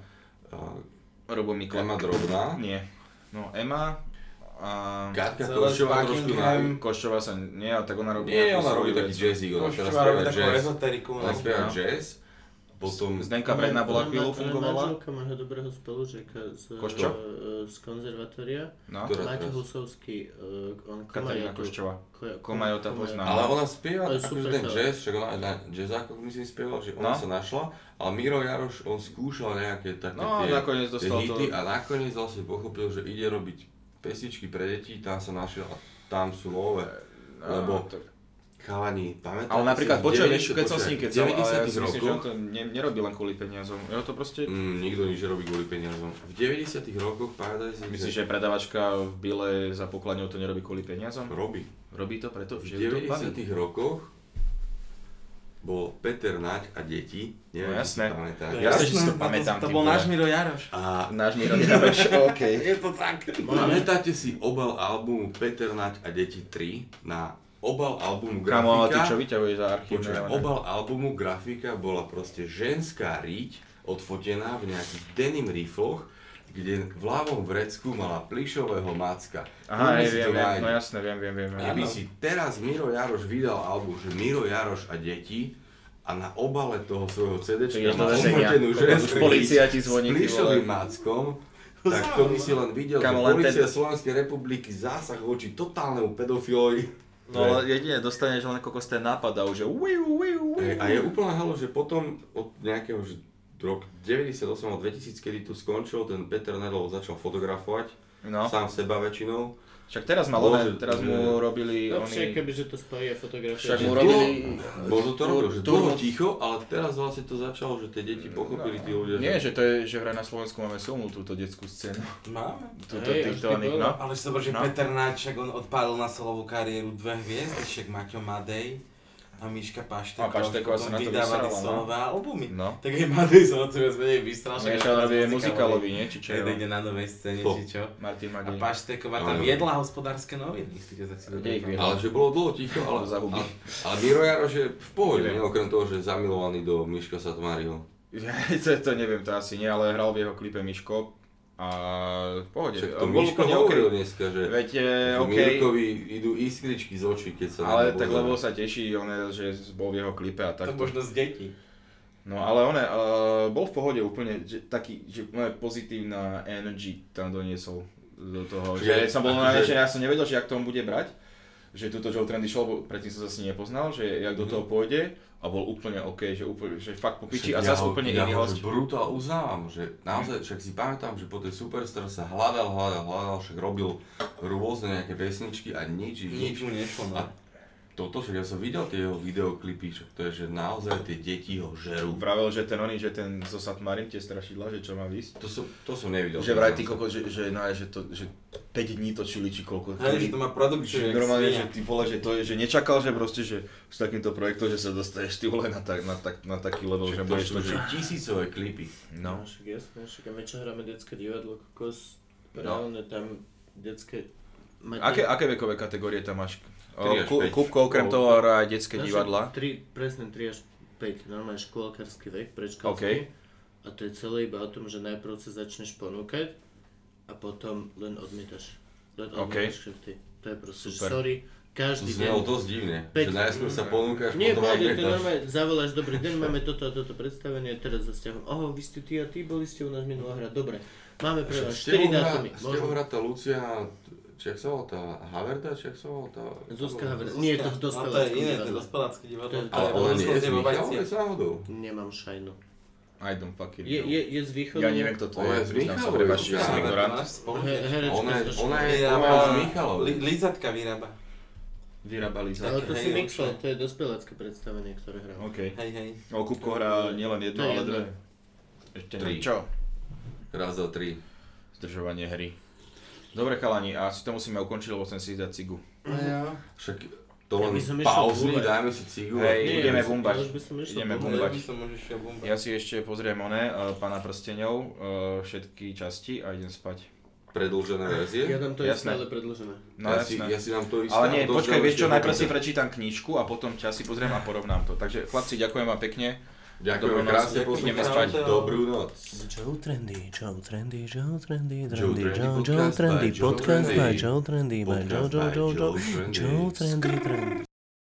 uh, Robo Mikla. Ema Drobná. Nie. No, Ema a... Katka Celé Koščová trošku na... Buckingham. Koščová sa, nie, ale tak ona robí Nie, nejakú ona svoju robí vec. taký jazzik, ona teraz Koščová spieva robí takú jazz. ezoteriku. Ona no. spieva No. jazz, potom... Zdenka Bredná bola chvíľu Moja fungovala. manželka môjho dobrého spolužiaka z, Koščo? e, z konzervatória. No, Ktorá Maťo teraz? Husovský, uh, on Katarína Komajotu- Koščová. Ko- Komajota Komajota. poznám. Ale ona spieva To je akože super ten chala. jazz, však ona aj na jazzákoch myslím spievala, že ona No. sa našla, ale Miro Jaroš, on skúšal nejaké také No, tie, nakoniec tie dostal hity to. a nakoniec vlastne pochopil, že ide robiť pesničky pre deti, tam sa našiel a tam sú nové. No, lebo- to- Chalani, pamätáte Ale napríklad, si v počuj, vieš, deväťdesiatych keď som s ním keď som, ale ja deväťdesiatych si myslím, že on rokoch, to ne, nerobí len kvôli peniazom. Ja to proste... mm, nikto nič nerobí kvôli peniazom. V deväťdesiatych rokoch, pamätáte si, Myslíš, že predavačka v Bile za pokladňou to nerobí kvôli peniazom? robí. Robí to preto, V že ju to baví. deväťdesiatych rokoch bol Peter Naď a deti. No jasné. Pamätáte. Jasné, že si to No, pamätám. To ty bol vole. náš Miro Jaroš. A Náš Miro Jaroš, okej. Je to tak. pamätáte si obal albumu Peter Naď a deti tri na obal albumu Kámo, ale ty čo grafika? vyťahuješ za archívne? Počuť, ale ne? obal albumu grafika bola proste ženská riť odfotená v nejakých denim rifloch, kde v ľavom vrecku mala plišového macka. Aha, Kľudne hej, si viem, to viem, nájdi. no jasné, viem, viem, viem. viem. Keby si teraz Miro Jaroš vydal album, že Miro Jaroš a deti a na obale toho svojho cé déčka Ideš do má väzenia. odfotenú Už ženskú polícia riť ti zvoní, s ty plišovým vole. mackom, tak to by si len videl, Kamo, že len polícia ten- Slovenskej republiky zásah voči totálnemu pedofilovi. No ale jedine dostaneš len kokos ten nápad a už je wiu, wiu, wiu. Hej, a je úplne halo, že potom od nejakého že rok deväťdesiatosem alebo dvetisíc, kedy tu skončil, ten Peter Nedl začal fotografovať, No, sám seba väčšinou. však teraz mal Bolo, len, že- teraz mu že- robili Lepšie, oni... kebyže to spojí a fotografia. Však Že mu dlho- robili... Možno to robil, že tur- dlho ticho, ale teraz vlastne to začalo, že tie deti pochopili tí ľudia. Nie, že to je, že vraj na Slovensku máme silnú túto detskú scénu. Máme. Túto Hej, týchto až ty oných, bolo. no. Ale si zober, že No. Peter Naď, však on odpálil na solovú kariéru dve hviezdy, však Maťo Madej a Miška Pašteková. A Pašteková sa na to vydávali vysrala, no. solové albumy. No. Tak aj Madej sa o to viac menej vystral. však Miešal teraz robí muzikálový. muzikálový, nie? Či čo? Keď ide na novej scéne, To. či čo. Martin A Magej. Pašteková tam Áno. viedla hospodárske noviny, ste sa si Kde ich viedla? Ale že bolo dlho ticho, ale, Zahubil. ale, ale Miro Jaroš je v pohode, Neviem. nie? Okrem toho, že je zamilovaný do Miška Satmáriho. to, to neviem, to asi nie, ale hral v jeho klipe Miško. A v pohode. Však to On bol Miško úplne hovoril okej. dneska, že, Veď je že okej. Mirkovi idú iskričky z očí, keď sa Ale na tak pozerá. lebo sa teší, on je, že bol v jeho klipe a To tak. možno z detí. No ale on uh, bol v pohode úplne, že taký, že moje pozitívna energy tam doniesol do toho, že Že- som bol akože- najväčšie, ja som nevedel, že jak to on bude brať, že túto Joe Trendy show, bo predtým som sa s ním nepoznal, že jak do toho pôjde a bol úplne OK, že, úplne, že fakt popiči a Však zase ho- úplne ja iný ho, host. že brutál uznávam, že naozaj, však si pamätám, že po tej Superstar sa hľadal, hľadal, hľadal, však robil rôzne nejaké pesničky a nič, Nič nič. mu nešlo, no. A toto, však ja som videl tie jeho videoklipy, však to je, že naozaj tie deti ho žerú. Vravel, že ten oný, že ten zo Satmarin, tie strašidla, že čo má výsť. To som, to som nevidel. Že vraj ty kokos, že, že, no, že, to, že päť dní točili, či koľko. Hej, že to má produkciu, Že jak normálne, svinia. že ty vole, že to je, že nečakal, že proste, že s takýmto projektom, že sa dostaneš ty vole na, tak, na, tak, na taký level, že Že to budeš sú že točiť. tisícové klipy. No. Však jasné, však a my čo hráme detské divadlo, kokos, No. reálne tam detské... Máte- Aké, aké vekové kategórie tam máš? tri až Ku- päť. Kúbko okrem toho hrá aj detské Naše divadla. Tri, presne tri až päť, normálne škôlkarský vek, OK. predškolský. A to je celé iba o tom, že najprv sa začneš ponúkať a potom len odmietaš. Len OK. odmietaš kšefty. To je proste, že Super. sorry, To každý deň. znelo dosť divne, Päť. že najskôr sa ponúkaš, Nie, potom aj pohode, to nechtáš. normálne, zavoláš, dobrý deň, máme toto a toto predstavenie, teraz za vzťahom, oho, vy ste tí a tí, boli ste u nás minulá hra, dobre, máme pre vás štyri dátumy, Ste hrá tá Lucia, či jak sa volá tá Haverda, či jak sa volá tá... Zuzka Haverda, nie, to v No to je dospeláckom iné, to je divadle. dospelácké divadlo. To je- Ale to ona je nie je z Michalovec náhodou. Nemám šajnu. I don't fucking Je, know. je, je z východu. Ja neviem, kto to Ona je, je z priznám sa, Michalovec, prepáčte, ja. som ignorant. He- herečka Ona je, strašná. ona je, ona je z Vyrába, Michalovec. li, lízatka vyrába. Vyrábali sa. Ale to si Hej, mixol, určite. to je dospelácké predstavenie, ktoré hrám. OK. Hej, hej. O Kúbko hrá nielen jedno, To je ale jedno. dve. Ešte Tri. čo? Raz, dva, tri. Zdržovanie hry. Dobre chalani, a si to musíme ukončiť, lebo chcem si dať cigu. Však to Ja len by som išiel pauzni, bumbať. dajme si cigu. Hej, a- ideme ja by som- bumbať. ja už by som išiel Ideme bumbať. bumbať. Ja by som možno šiel bumbať. Ja si ešte pozriem one, uh, Pána prsteňov, uh, všetky časti a idem spať. Predĺžené verzie. Ja dám to Jasné. isté, ale predĺžené. No ja, si, jasné. ja si dám to isté. Ale nie, a to počkaj, už vieš čo, ešte najprv si hovorím. prečítam knižku a potom čas si pozriem a porovnám to. Takže chlapci, ďakujem vám pekne. Ďakujem Dobrú noc, krásne, ideme poslucháči. spať. Dobrú noc. Joe Trendy, Joe Trendy, Joe Trendy, Joe Trendy, Trendy Joe, podcast Joe Trendy, by Joe podcast by Trendy. Joe Trendy, by Joe, Podcast Joe, by Joe, Joe, Joe Trendy. Joe Trendy, Trendy.